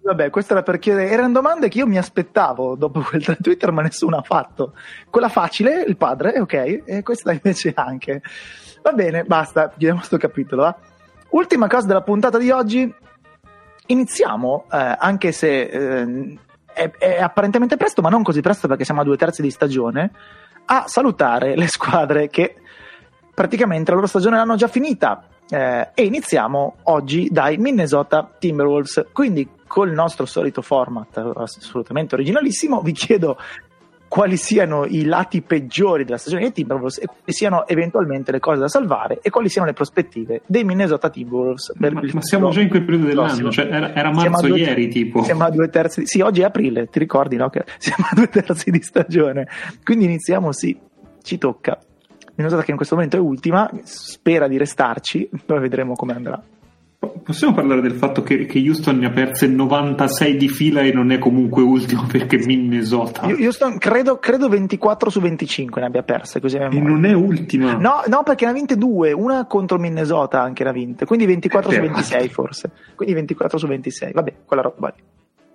Vabbè, questo era per chiedere, erano domande che io mi aspettavo dopo quel Twitter, ma nessuno ha fatto. Quella facile, il padre, ok, e questa invece anche. Va bene, basta, chiudiamo sto capitolo. Va? Ultima cosa della puntata di oggi, iniziamo, anche se è apparentemente presto, ma non così presto perché siamo a 2/3 di stagione, a salutare le squadre che praticamente la loro stagione l'hanno già finita. E iniziamo oggi dai Minnesota Timberwolves. Quindi col nostro solito format assolutamente originalissimo vi chiedo quali siano i lati peggiori della stagione dei Timberwolves e quali siano eventualmente le cose da salvare e quali siano le prospettive dei Minnesota Timberwolves ma siamo già in quel periodo dell'anno, cioè era marzo ieri tipo. Siamo a 2/3 sì, oggi è aprile, ti ricordi, no? Che siamo a 2/3 di stagione, quindi iniziamo, sì, ci tocca. Minnesota che in questo momento è ultima, spera di restarci, poi vedremo come andrà. Possiamo parlare del fatto che Houston ne ha perse 96 di fila e non è comunque ultimo perché Minnesota. Houston credo 24 su 25 ne abbia perse, così e non è ultima. No, perché ne ha vinte 2, una contro Minnesota anche ne ha vinte, quindi 24 su 26 forse. Quindi 24 su 26, vabbè, quella roba lì.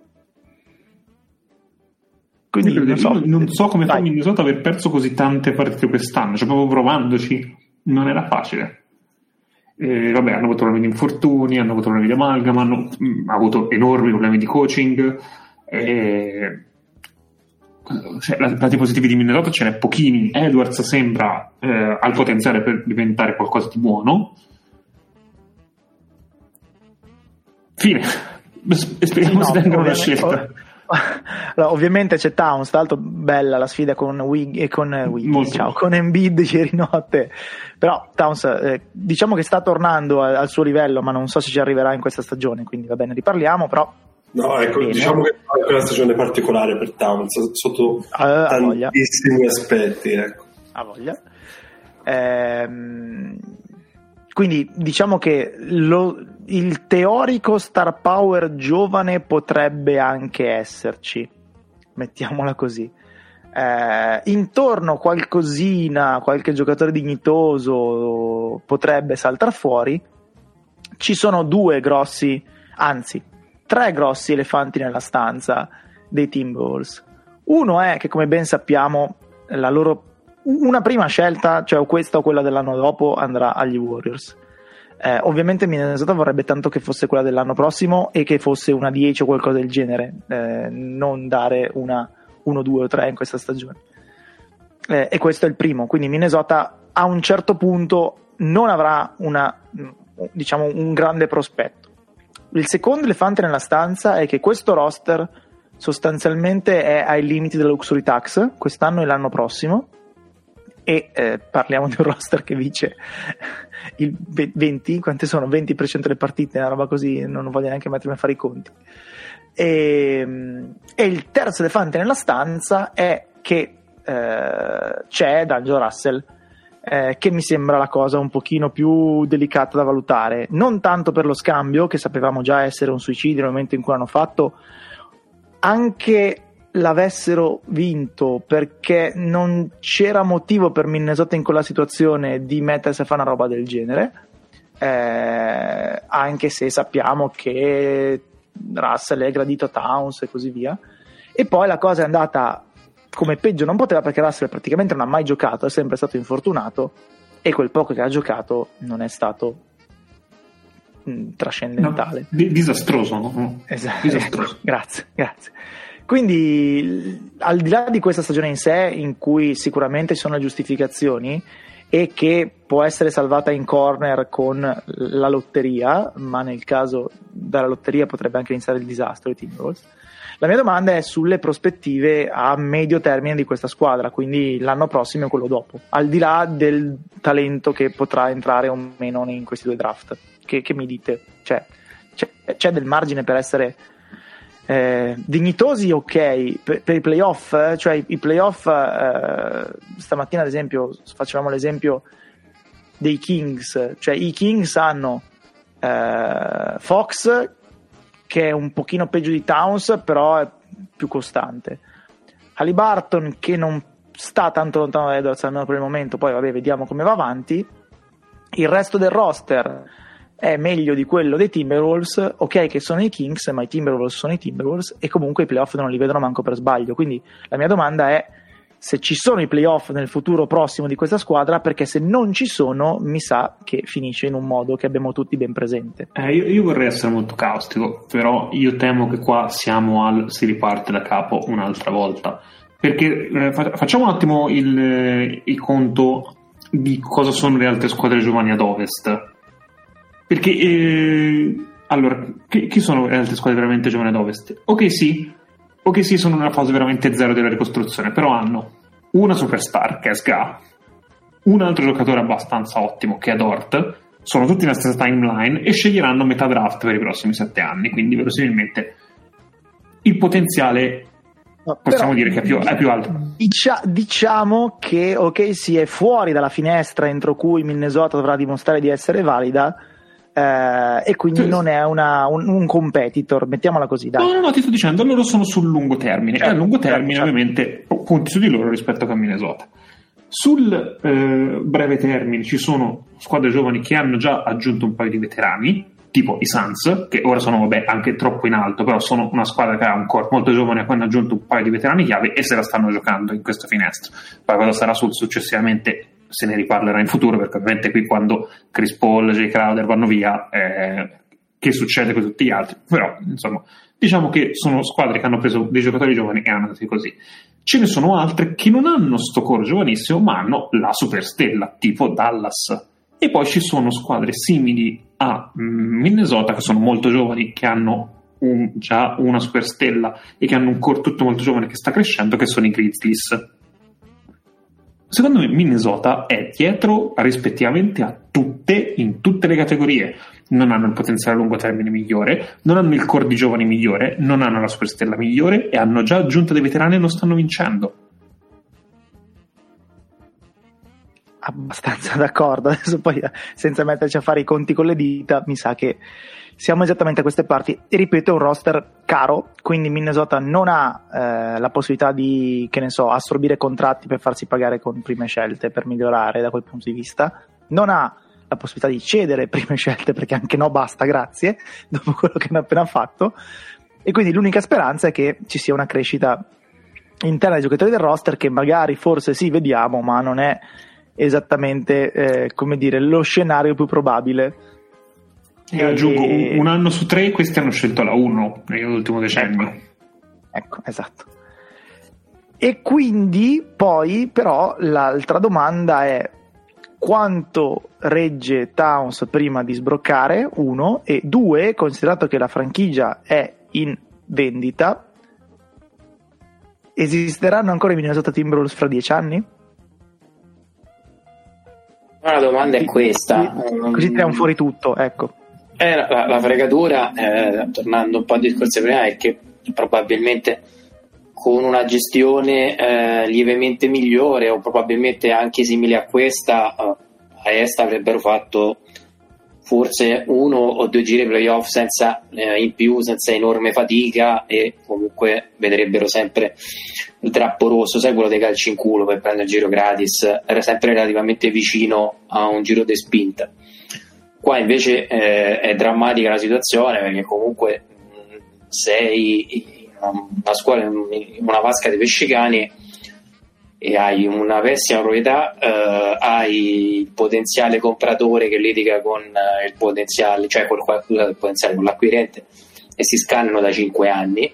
Quindi non so come fa Minnesota aver perso così tante partite quest'anno, cioè proprio provandoci non era facile. Vabbè, hanno avuto problemi di infortuni, hanno avuto problemi di amalgama, hanno avuto enormi problemi di coaching. Cioè, lati positivi di Minnesota ce n'è pochini. Edwards sembra ha il potenziale per diventare qualcosa di buono. Fine. E speriamo si tenga una scelta. Allora, ovviamente c'è Towns, tra l'altro bella la sfida con con Embiid ieri notte, però Towns diciamo che sta tornando al suo livello, ma non so se ci arriverà in questa stagione, quindi va bene, riparliamo, però no, ecco, diciamo che è una stagione particolare per Towns sotto tantissimi aspetti, ecco. A voglia. Quindi diciamo che il teorico star power giovane potrebbe anche esserci, mettiamola così. Intorno qualcosina, qualche giocatore dignitoso potrebbe saltar fuori. Ci sono 3 grossi elefanti nella stanza dei Timberwolves. Uno è che, come ben sappiamo, una prima scelta, cioè o questa o quella dell'anno dopo, andrà agli Warriors. Ovviamente Minnesota vorrebbe tanto che fosse quella dell'anno prossimo e che fosse una 10 o qualcosa del genere, non dare una 1, 2 o 3 in questa stagione. E questo è il primo, quindi Minnesota a un certo punto non avrà un grande prospetto. Il secondo elefante nella stanza è che questo roster sostanzialmente è ai limiti della luxury tax quest'anno e l'anno prossimo, e parliamo di un roster che vince il 20% delle partite, una roba così, non voglio neanche mettermi a fare i conti. E il terzo elefante nella stanza è che c'è D'Angelo Russell, che mi sembra la cosa un pochino più delicata da valutare, non tanto per lo scambio, che sapevamo già essere un suicidio nel momento in cui l'hanno fatto, anche l'avessero vinto, perché non c'era motivo per Minnesota in quella situazione di mettersi a fare una roba del genere, anche se sappiamo che Russell è gradito a Towns e così via. E poi la cosa è andata come peggio non poteva, perché Russell praticamente non ha mai giocato, è sempre stato infortunato, e quel poco che ha giocato non è stato trascendentale, disastroso, no? Esatto. Disastroso. Grazie. Quindi, al di là di questa stagione in sé, in cui sicuramente ci sono le giustificazioni e che può essere salvata in corner con la lotteria, ma nel caso dalla lotteria potrebbe anche iniziare il disastro, i Timberwolves, la mia domanda è sulle prospettive a medio termine di questa squadra, quindi l'anno prossimo e quello dopo, al di là del talento che potrà entrare o meno in questi 2 draft. Che mi dite? Cioè, c'è del margine per essere dignitosi, ok, per i playoff, cioè i playoff, stamattina ad esempio facevamo l'esempio dei Kings, cioè i Kings hanno Fox, che è un pochino peggio di Towns, però è più costante, Haliburton, che non sta tanto lontano da Edwards almeno per il momento, poi vabbè, vediamo come va avanti. Il resto del roster è meglio di quello dei Timberwolves. Ok che sono i Kings, ma i Timberwolves sono i Timberwolves e comunque i playoff non li vedono manco per sbaglio. Quindi la mia domanda è se ci sono i playoff nel futuro prossimo di questa squadra, perché se non ci sono mi sa che finisce in un modo che abbiamo tutti ben presente. Io vorrei essere molto caustico, però io temo che qua si riparte da capo un'altra volta, perché facciamo un attimo il conto di cosa sono le altre squadre giovani ad Ovest, perché allora chi sono le altre squadre veramente giovani ad Ovest? Ok sì, sono nella fase veramente zero della ricostruzione, però hanno una superstar che è SGA, un altro giocatore abbastanza ottimo che è Dort, sono tutti nella stessa timeline e sceglieranno metà draft per i prossimi 7 anni, quindi verosimilmente il potenziale possiamo dire che è più alto. Diciamo che si è fuori dalla finestra entro cui Minnesota dovrà dimostrare di essere valida, e quindi non è un competitor, mettiamola così, dai. No, ti sto dicendo, loro sono sul lungo termine, e a lungo termine ovviamente punti su di loro rispetto a Minnesota. Sul breve termine ci sono squadre giovani che hanno già aggiunto un paio di veterani, tipo i Suns, che ora sono anche troppo in alto, però sono una squadra che ha un core molto giovane, che hanno aggiunto un paio di veterani chiave e se la stanno giocando in questo finestro. Poi cosa sarà successivamente se ne riparlerà in futuro, perché ovviamente qui quando Chris Paul, Jay Crowder vanno via, che succede con tutti gli altri? Però insomma diciamo che sono squadre che hanno preso dei giocatori giovani e hanno andati così. Ce ne sono altre che non hanno sto core giovanissimo ma hanno la superstella, tipo Dallas. E poi ci sono squadre simili a Minnesota che sono molto giovani, che hanno già una superstella e che hanno un core tutto molto giovane che sta crescendo, che sono i Grizzlies. Secondo me Minnesota è dietro rispettivamente a in tutte le categorie. Non hanno il potenziale a lungo termine migliore, non hanno il core di giovani migliore, non hanno la superstella migliore e hanno già aggiunto dei veterani e non stanno vincendo. Abbastanza d'accordo. Adesso poi, senza metterci a fare i conti con le dita, mi sa che siamo esattamente a queste parti. E ripeto, è un roster caro, quindi Minnesota non ha la possibilità di, che ne so, assorbire contratti per farsi pagare con prime scelte per migliorare da quel punto di vista, non ha la possibilità di cedere prime scelte perché anche no basta, grazie, dopo quello che hanno appena fatto, e quindi l'unica speranza è che ci sia una crescita interna ai giocatori del roster, che magari forse sì vediamo, ma non è esattamente come dire lo scenario più probabile. E aggiungo, un anno su 3 questi hanno scelto la 1 nell'ultimo decennio. Ecco, esatto. E quindi poi però l'altra domanda è: quanto regge Towns prima di sbroccare? 1, e 2, considerato che la franchigia è in vendita, esisteranno ancora i Minnesota Timberwolves fra 10 anni? La domanda è questa. Così tiriamo fuori tutto, ecco. La fregatura, tornando un po' al discorso prima, è che probabilmente con una gestione lievemente migliore, o probabilmente anche simile a questa, a Est avrebbero fatto forse 1 o 2 giri playoff in più, senza enorme fatica, e comunque vedrebbero sempre il drappo rosso, sai, quello dei calci in culo per prendere il giro gratis, era sempre relativamente vicino a un giro di spinta. Qua invece è drammatica la situazione, perché comunque sei una scuola, una vasca di pescicani, e hai una pessima proprietà, hai il potenziale compratore che litiga con il potenziale, cioè con l'acquirente, e si scannano da 5 anni.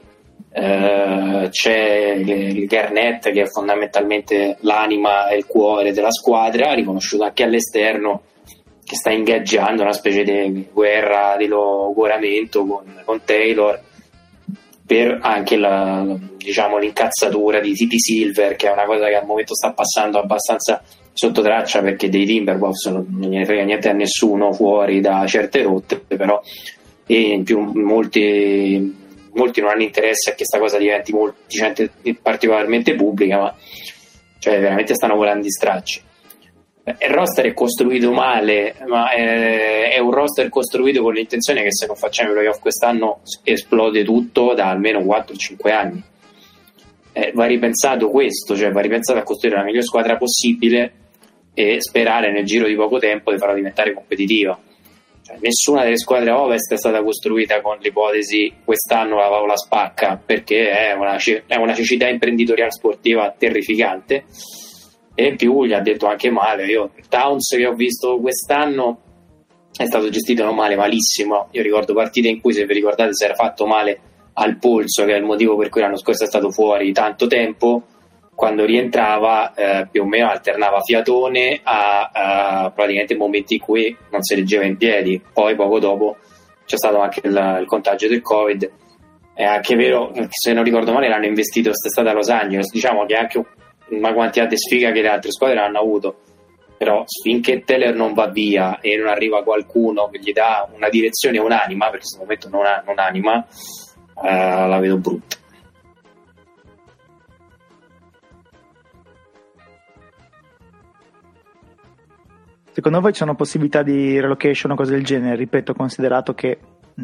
C'è il Garnett, che è fondamentalmente l'anima e il cuore della squadra, riconosciuto anche all'esterno, che sta ingaggiando una specie di guerra di logoramento con Taylor, per anche l'incazzatura di Silver, che è una cosa che al momento sta passando abbastanza sotto traccia, perché dei Timberwolves non ne frega niente a nessuno fuori da certe rotte, però, e in più molti non hanno interesse a che questa cosa diventi particolarmente pubblica, ma cioè veramente stanno volando di stracci. Il roster è costruito male, ma è un roster costruito con l'intenzione che se non facciamo i playoff quest'anno esplode tutto da almeno 4-5 anni. Va ripensato questo, cioè va ripensato a costruire la miglior squadra possibile e sperare nel giro di poco tempo di farla diventare competitiva. Cioè, nessuna delle squadre a Ovest è stata costruita con l'ipotesi quest'anno la Paola spacca, perché è una cecità imprenditoriale sportiva terrificante. E in più gli ha detto anche male. Io Towns che ho visto quest'anno è stato gestito male, malissimo. Io ricordo partite in cui, se vi ricordate, si era fatto male al polso, che è il motivo per cui l'anno scorso è stato fuori tanto tempo. Quando rientrava più o meno alternava fiatone a praticamente momenti in cui non si reggeva in piedi. Poi poco dopo c'è stato anche il contagio del Covid. È anche vero, se non ricordo male, l'hanno investito quest'estate a Los Angeles. Diciamo che anche una quantità di sfiga che le altre squadre hanno avuto, però finché Teller non va via e non arriva qualcuno che gli dà una direzione, un'anima, perché in questo momento non ha un'anima, la vedo brutta. Secondo voi ci sono possibilità di relocation o cose del genere? Ripeto, considerato che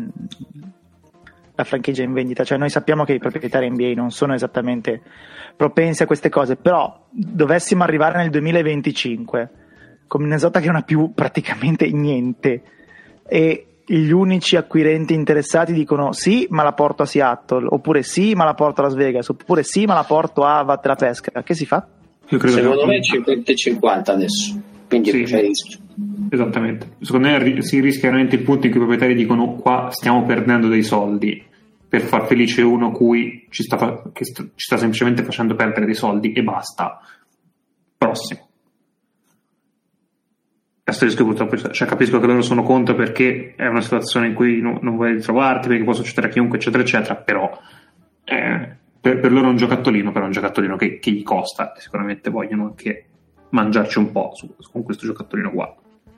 la franchigia è in vendita, cioè noi sappiamo che i proprietari NBA non sono esattamente propensi a queste cose, però dovessimo arrivare nel 2025 con Minnesota che non ha più praticamente niente e gli unici acquirenti interessati dicono sì ma la porto a Seattle, oppure sì ma la porto a Las Vegas, oppure sì ma la porto a Vattela Pesca, che si fa? Secondo me è 50-50 adesso, quindi sì, c'è rischio. Esattamente, secondo me si rischia veramente il punto in cui i proprietari dicono qua stiamo perdendo dei soldi per far felice uno cui ci sta semplicemente facendo perdere dei soldi e basta, prossimo. Questo rischio purtroppo, cioè, capisco che loro sono contro perché è una situazione in cui non vuoi ritrovarti, perché può succedere a chiunque eccetera eccetera, però per loro è un giocattolino, però è un giocattolino che gli costa e sicuramente vogliono anche mangiarci un po' con questo giocattolino qua.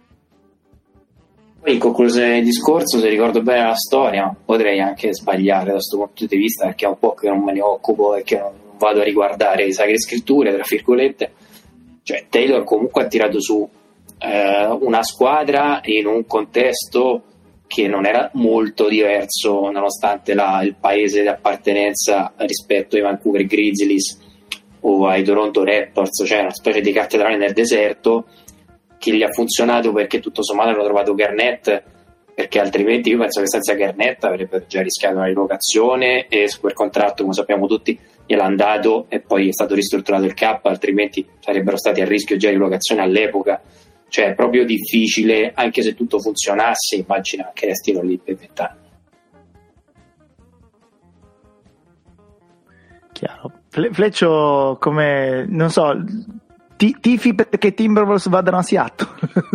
In conclusione del discorso, se ricordo bene la storia, potrei anche sbagliare da questo punto di vista, perché è un po' che non me ne occupo e che non vado a riguardare le sacre scritture, tra virgolette. Cioè, Taylor comunque ha tirato su una squadra in un contesto che non era molto diverso, nonostante il paese di appartenenza, rispetto ai Vancouver Grizzlies o ai Toronto Raptors, cioè una specie di cattedrale nel deserto, che gli ha funzionato perché tutto sommato hanno trovato Garnett, perché altrimenti io penso che senza Garnett avrebbero già rischiato una rilocazione e su quel contratto, come sappiamo tutti, gliel'hanno dato e poi è stato ristrutturato il cap, altrimenti sarebbero stati a rischio già rilocazione all'epoca. Cioè è proprio difficile, anche se tutto funzionasse, immagina che restino lì per 20 anni. Chiaro. Fleccio, come non so, tifi perché Timberwolves vadano a Seattle?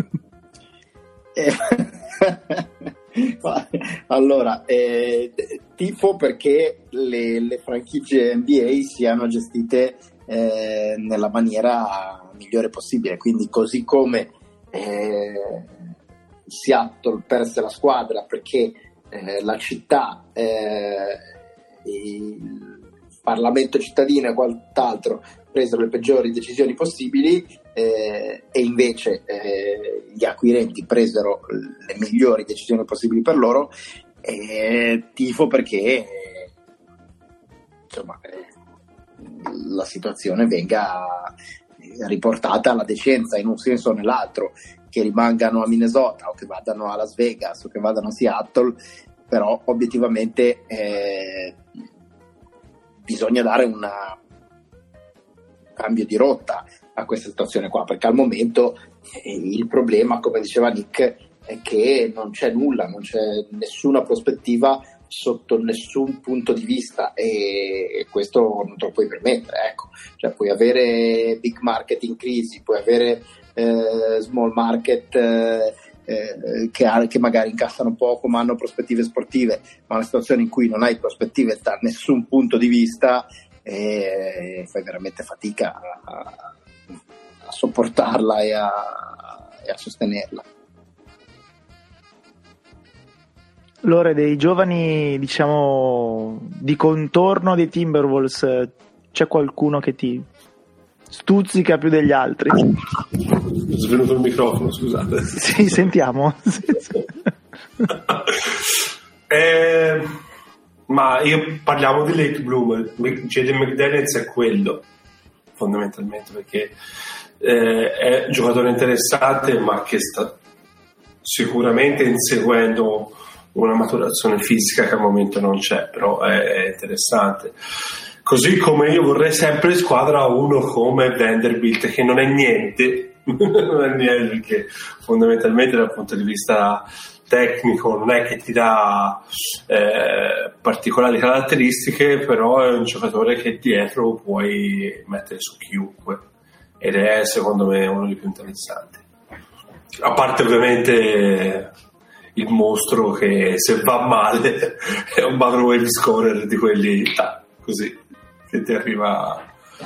Allora, tifo perché le franchigie NBA siano gestite nella maniera migliore possibile, quindi così come Seattle perse la squadra perché la città, il Parlamento cittadino e quant'altro presero le peggiori decisioni possibili, e invece gli acquirenti presero le migliori decisioni possibili per loro. Tifo perché insomma la situazione venga riportata alla decenza in un senso o nell'altro, che rimangano a Minnesota o che vadano a Las Vegas o che vadano a Seattle, però obiettivamente bisogna dare un cambio di rotta a questa situazione qua, perché al momento il problema, come diceva Nick, è che non c'è nulla, non c'è nessuna prospettiva sotto nessun punto di vista, e questo non te lo puoi permettere, ecco. Cioè, puoi avere big market in crisi, puoi avere small market che magari incassano poco ma hanno prospettive sportive, ma una situazione in cui non hai prospettive da nessun punto di vista, fai veramente fatica a sopportarla e a sostenerla. Lore, dei giovani, diciamo, di contorno dei Timberwolves, c'è qualcuno che ti stuzzica più degli altri? Ho svenuto il microfono, scusate. Sì, sentiamo. Ma parliamo di late bloomer. Jaden McDaniels è quello, fondamentalmente, perché è un giocatore interessante, ma che sta sicuramente inseguendo una maturazione fisica che al momento non c'è, però è interessante. Così come io vorrei sempre in squadra uno come Vanderbilt, che non è niente, non è niente, perché fondamentalmente dal punto di vista tecnico non è che ti dà particolari caratteristiche, però è un giocatore che dietro puoi mettere su chiunque, ed è secondo me uno dei più interessanti, a parte ovviamente il mostro che se va male è un battle wave scorer di quelli così che ti arriva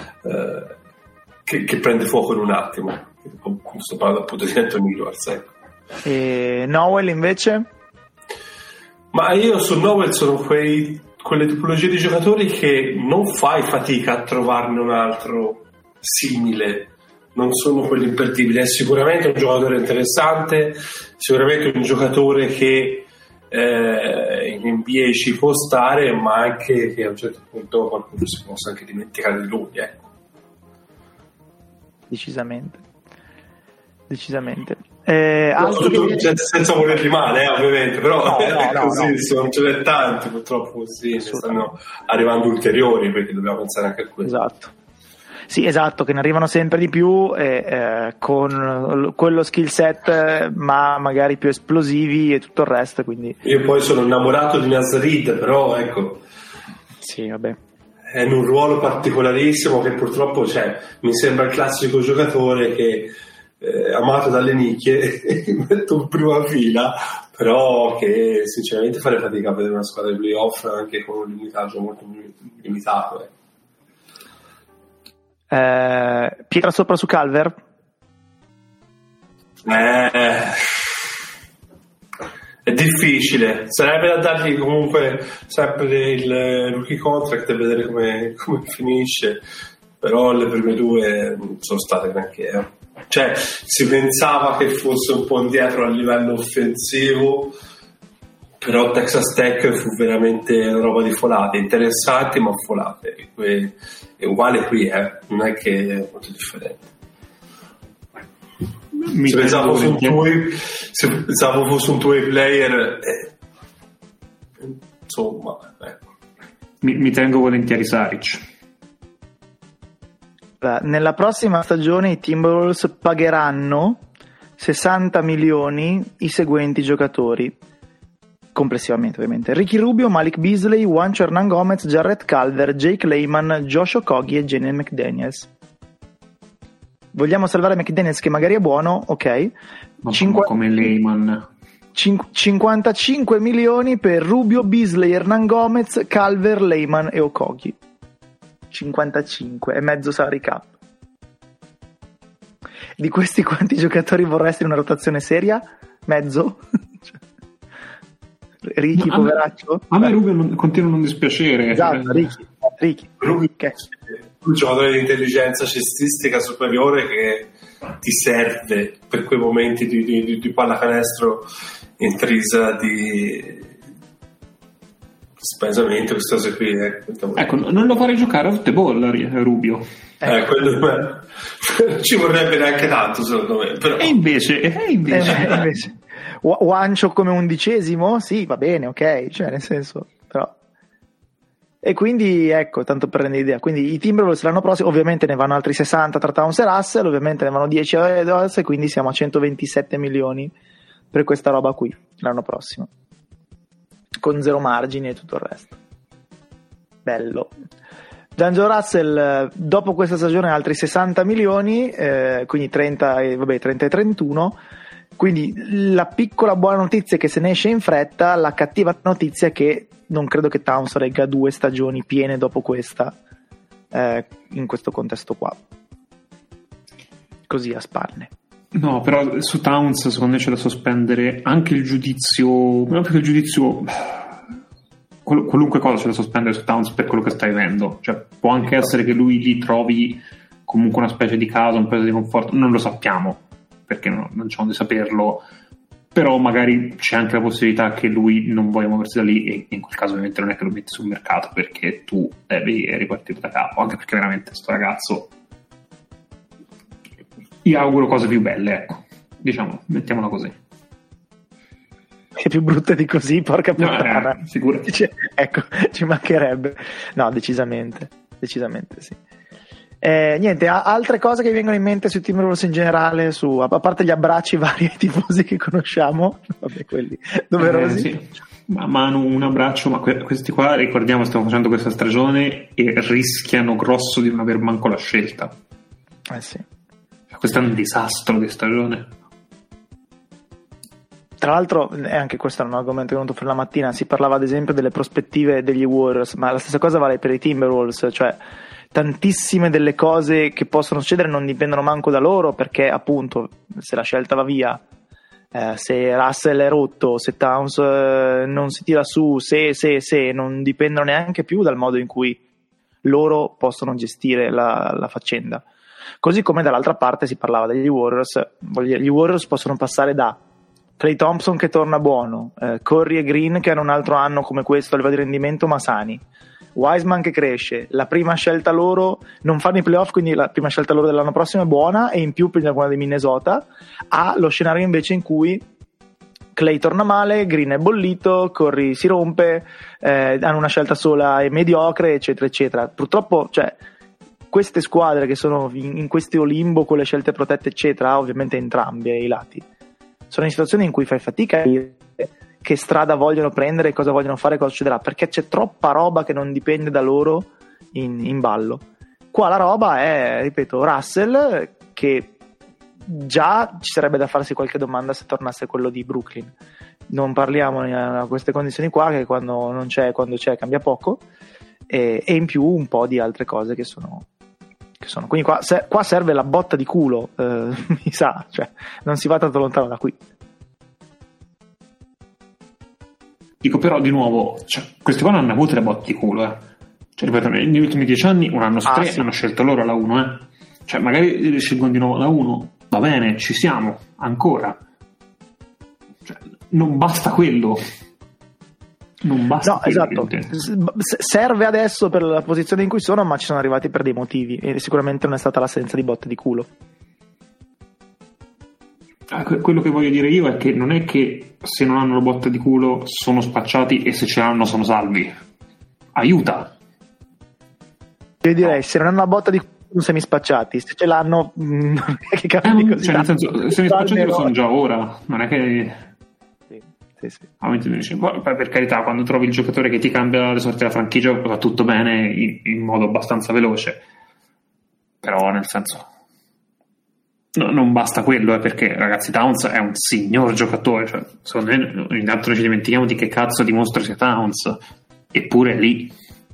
che prende fuoco in un attimo. Sto parlando appunto di Anthony Edwards, ecco. E Nowell invece? Ma io su Nowell sono quelle tipologie di giocatori che non fai fatica a trovarne un altro simile, non sono quelli imperdibili. È sicuramente un giocatore interessante, sicuramente un giocatore che in NBA ci può stare, ma anche che a un certo punto qualcuno si possa anche dimenticare di lui, ecco. Decisamente. Senza volerli male, ovviamente, però no, così no. Sono, ce n'è tanti purtroppo così, ne stanno arrivando ulteriori, perché dobbiamo pensare anche a questo. Esatto. Sì, esatto, che ne arrivano sempre di più con quello skill set, ma magari più esplosivi e tutto il resto. Quindi io poi sono innamorato di Nazarid, però ecco, sì, vabbè, è in un ruolo particolarissimo che purtroppo mi sembra il classico giocatore che amato dalle nicchie, metto in prima fila, però che sinceramente farei fatica a vedere una squadra di playoff anche con un limitaggio molto limitato. pietra sopra su Calver? È difficile, sarebbe da dargli comunque sempre il rookie contract e vedere come finisce, però le prime due non sono state granché. Cioè, si pensava che fosse un po' indietro a livello offensivo, però Texas Tech fu veramente una roba di folate, interessanti ma folate, è uguale qui, non è che è molto differente. Se pensavo fosse un two-way player, insomma, ecco. Mi tengo volentieri Saric. Nella prossima stagione i Timberwolves pagheranno 60 milioni i seguenti giocatori, complessivamente ovviamente: Ricky Rubio, Malik Beasley, Juancho Hernan Gomez, Jarrett Culver, Jake Layman, Josh Okogie e Jalen McDaniels. Vogliamo salvare McDaniels, che magari è buono, ok. Ma come Layman. 55 milioni per Rubio, Beasley, Hernan Gomez, Culver, Layman e Okogie. 55 e mezzo salary cap. Di questi quanti giocatori vorresti in una rotazione seria? Mezzo? Ricky, poveraccio? A me Rubio continua a non dispiacere. Esatto, Ricky. Okay. Un giocatore di intelligenza cestistica superiore che ti serve per quei momenti di pallacanestro intrisa di spesamento, queste cose qui. Ecco, non lo farei giocare off the ball Rubio. Quello ci vorrebbe neanche tanto, secondo me. Però. E invece. Juancho come 11°? Sì, va bene, ok, cioè nel senso, però. E quindi ecco, tanto per rendere idea, quindi i Timberwolves l'anno prossimo ovviamente ne vanno altri 60 tra Towns e Russell, ovviamente ne vanno 10 a Edwards, e quindi siamo a 127 milioni per questa roba qui l'anno prossimo, con zero margini e tutto il resto. Bello. D'Angelo Russell dopo questa stagione altri 60 milioni, quindi 30 e 31. Quindi la piccola buona notizia è che se ne esce in fretta, la cattiva notizia è che non credo che Towns regga 2 stagioni piene dopo questa, in questo contesto qua, così a spanne. No, però su Towns secondo me c'è da sospendere anche il giudizio, non perché il giudizio, qualunque cosa c'è da sospendere su Towns per quello che stai vendo. Cioè, può anche essere che lui lì trovi comunque una specie di casa, un peso di conforto, non lo sappiamo perché non c'è di saperlo, però magari c'è anche la possibilità che lui non voglia muoversi da lì, e in quel caso ovviamente non è che lo metti sul mercato perché tu devi ripartire da capo, anche perché veramente sto ragazzo io auguro cose più belle, ecco, diciamo, mettiamola così. che è più brutta di così, porca puttana. Figurati. Ecco, ci mancherebbe. No, decisamente sì. Niente, altre cose che vi vengono in mente sui Timberwolves in generale, a parte gli abbracci vari ai tifosi che conosciamo, vabbè, quelli doverosi. Sì. Ma un abbraccio, ma questi qua, ricordiamo, stiamo facendo questa stagione e rischiano grosso di non aver manco la scelta. Sì. Questo è un disastro di stagione. Tra l'altro, anche questo è un argomento che è venuto fuori la mattina, si parlava ad esempio delle prospettive degli Warriors, ma la stessa cosa vale per i Timberwolves, cioè tantissime delle cose che possono succedere non dipendono manco da loro, perché appunto se la scelta va via, se Russell è rotto, se Towns non si tira su, se non dipendono neanche più dal modo in cui loro possono gestire la faccenda. Così come dall'altra parte si parlava degli Warriors, gli Warriors possono passare da Klay Thompson che torna buono, Curry e Green che hanno un altro anno come questo a livello di rendimento ma sani, Wiseman che cresce, la prima scelta loro non fanno i playoff, quindi la prima scelta loro dell'anno prossimo è buona e in più prendono quella di Minnesota, a lo scenario invece in cui Klay torna male, Green è bollito, Curry si rompe, hanno una scelta sola e mediocre, eccetera eccetera. Purtroppo, cioè, queste squadre che sono in questo limbo con le scelte protette eccetera, ovviamente entrambi ai lati, sono in situazioni in cui fai fatica a dire che strada vogliono prendere, cosa vogliono fare, cosa succederà, perché c'è troppa roba che non dipende da loro in ballo. Qua la roba è, ripeto, Russell, che già ci sarebbe da farsi qualche domanda se tornasse quello di Brooklyn. Non parliamo in queste condizioni qua, che quando non c'è, quando c'è cambia poco, e in più un po' di altre cose che sono. Quindi qua serve la botta di culo, mi sa, cioè non si va tanto lontano da qui. Dico però di nuovo, cioè, questi qua non hanno avuto le botte di culo, Cioè, ripeto, negli ultimi 10 anni un anno su 3 sì. hanno scelto loro la 1, Cioè magari scelgono di nuovo la 1, va bene, ci siamo ancora, cioè, non basta quello. Non basta. No, esatto. Serve adesso per la posizione in cui sono, ma ci sono arrivati per dei motivi e sicuramente non è stata l'assenza di botte di culo. Quello che voglio dire io è che non è che se non hanno la botta di culo sono spacciati e se ce l'hanno sono salvi. Aiuta. Io direi, se non hanno la botta di culo sono semi-spacciati, se ce l'hanno non è che cambi così. Cioè, nel senso, semi-spacciati lo sono già ora, non è che... Sì. Per carità, quando trovi il giocatore che ti cambia le sorti della franchigia va tutto bene in modo abbastanza veloce, però nel senso non basta quello, perché ragazzi, Towns è un signor giocatore, cioè, secondo me ogni tanto noi ci dimentichiamo di che cazzo dimostra sia Towns, eppure è lì.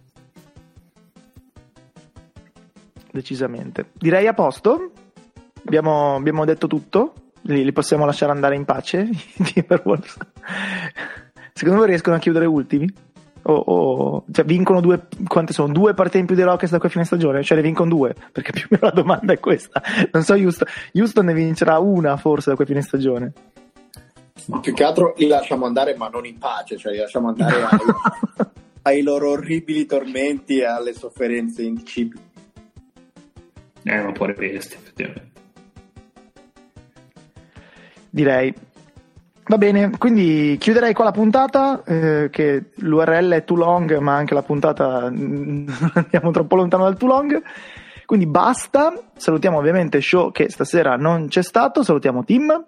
Decisamente, direi a posto, abbiamo detto tutto. Li possiamo lasciare andare in pace i Timberwolves? Secondo voi riescono a chiudere ultimi? Cioè vincono quante sono? 2 partite in più dei Rockets da qui a fine stagione? Cioè ne vincono 2? Perché più o meno la domanda è questa. Non so, Houston ne vincerà una forse da qui a fine stagione. Ma più che altro li lasciamo andare, ma non in pace, cioè li lasciamo andare ai loro orribili tormenti e alle sofferenze indicibili. Ma può rivesti, effettivamente. Direi. Va bene, quindi chiuderei qua la puntata, che l'URL è too long, ma anche la puntata non andiamo troppo lontano dal too long, quindi basta. Salutiamo ovviamente Show che stasera non c'è stato, salutiamo Tim.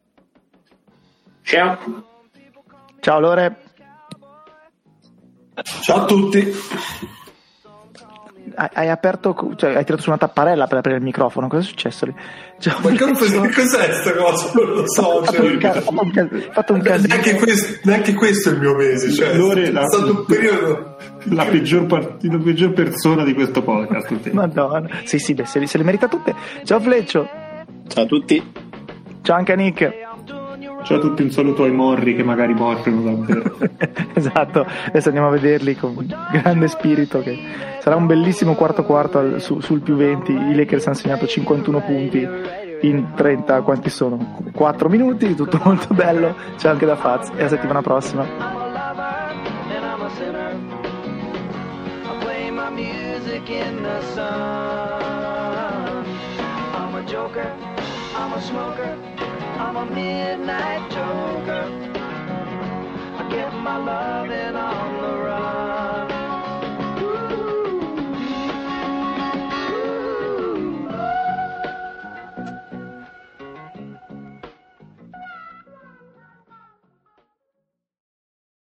Ciao Lore. Ciao a tutti. Hai aperto, cioè hai tirato su una tapparella per aprire il microfono, cosa è successo lì? Ciao, ma cos'è sta cosa? Non lo so. Fatto un casino. Neanche questo è il mio mese, cioè, Lore, è stato un periodo. La peggior persona di questo podcast. Madonna. Sì, beh, se le merita tutte. Ciao Fleccio. Ciao a tutti. Ciao anche a Nick. Ciao a tutti, un saluto ai morri che magari morrono davvero. Esatto, adesso andiamo a vederli con grande spirito, che sarà un bellissimo quarto sul più 20. I Lakers hanno segnato 51 punti in 30, quanti sono? 4 minuti, tutto molto bello, c'è anche da Faz, e la settimana prossima. I'm a midnight joker. my love and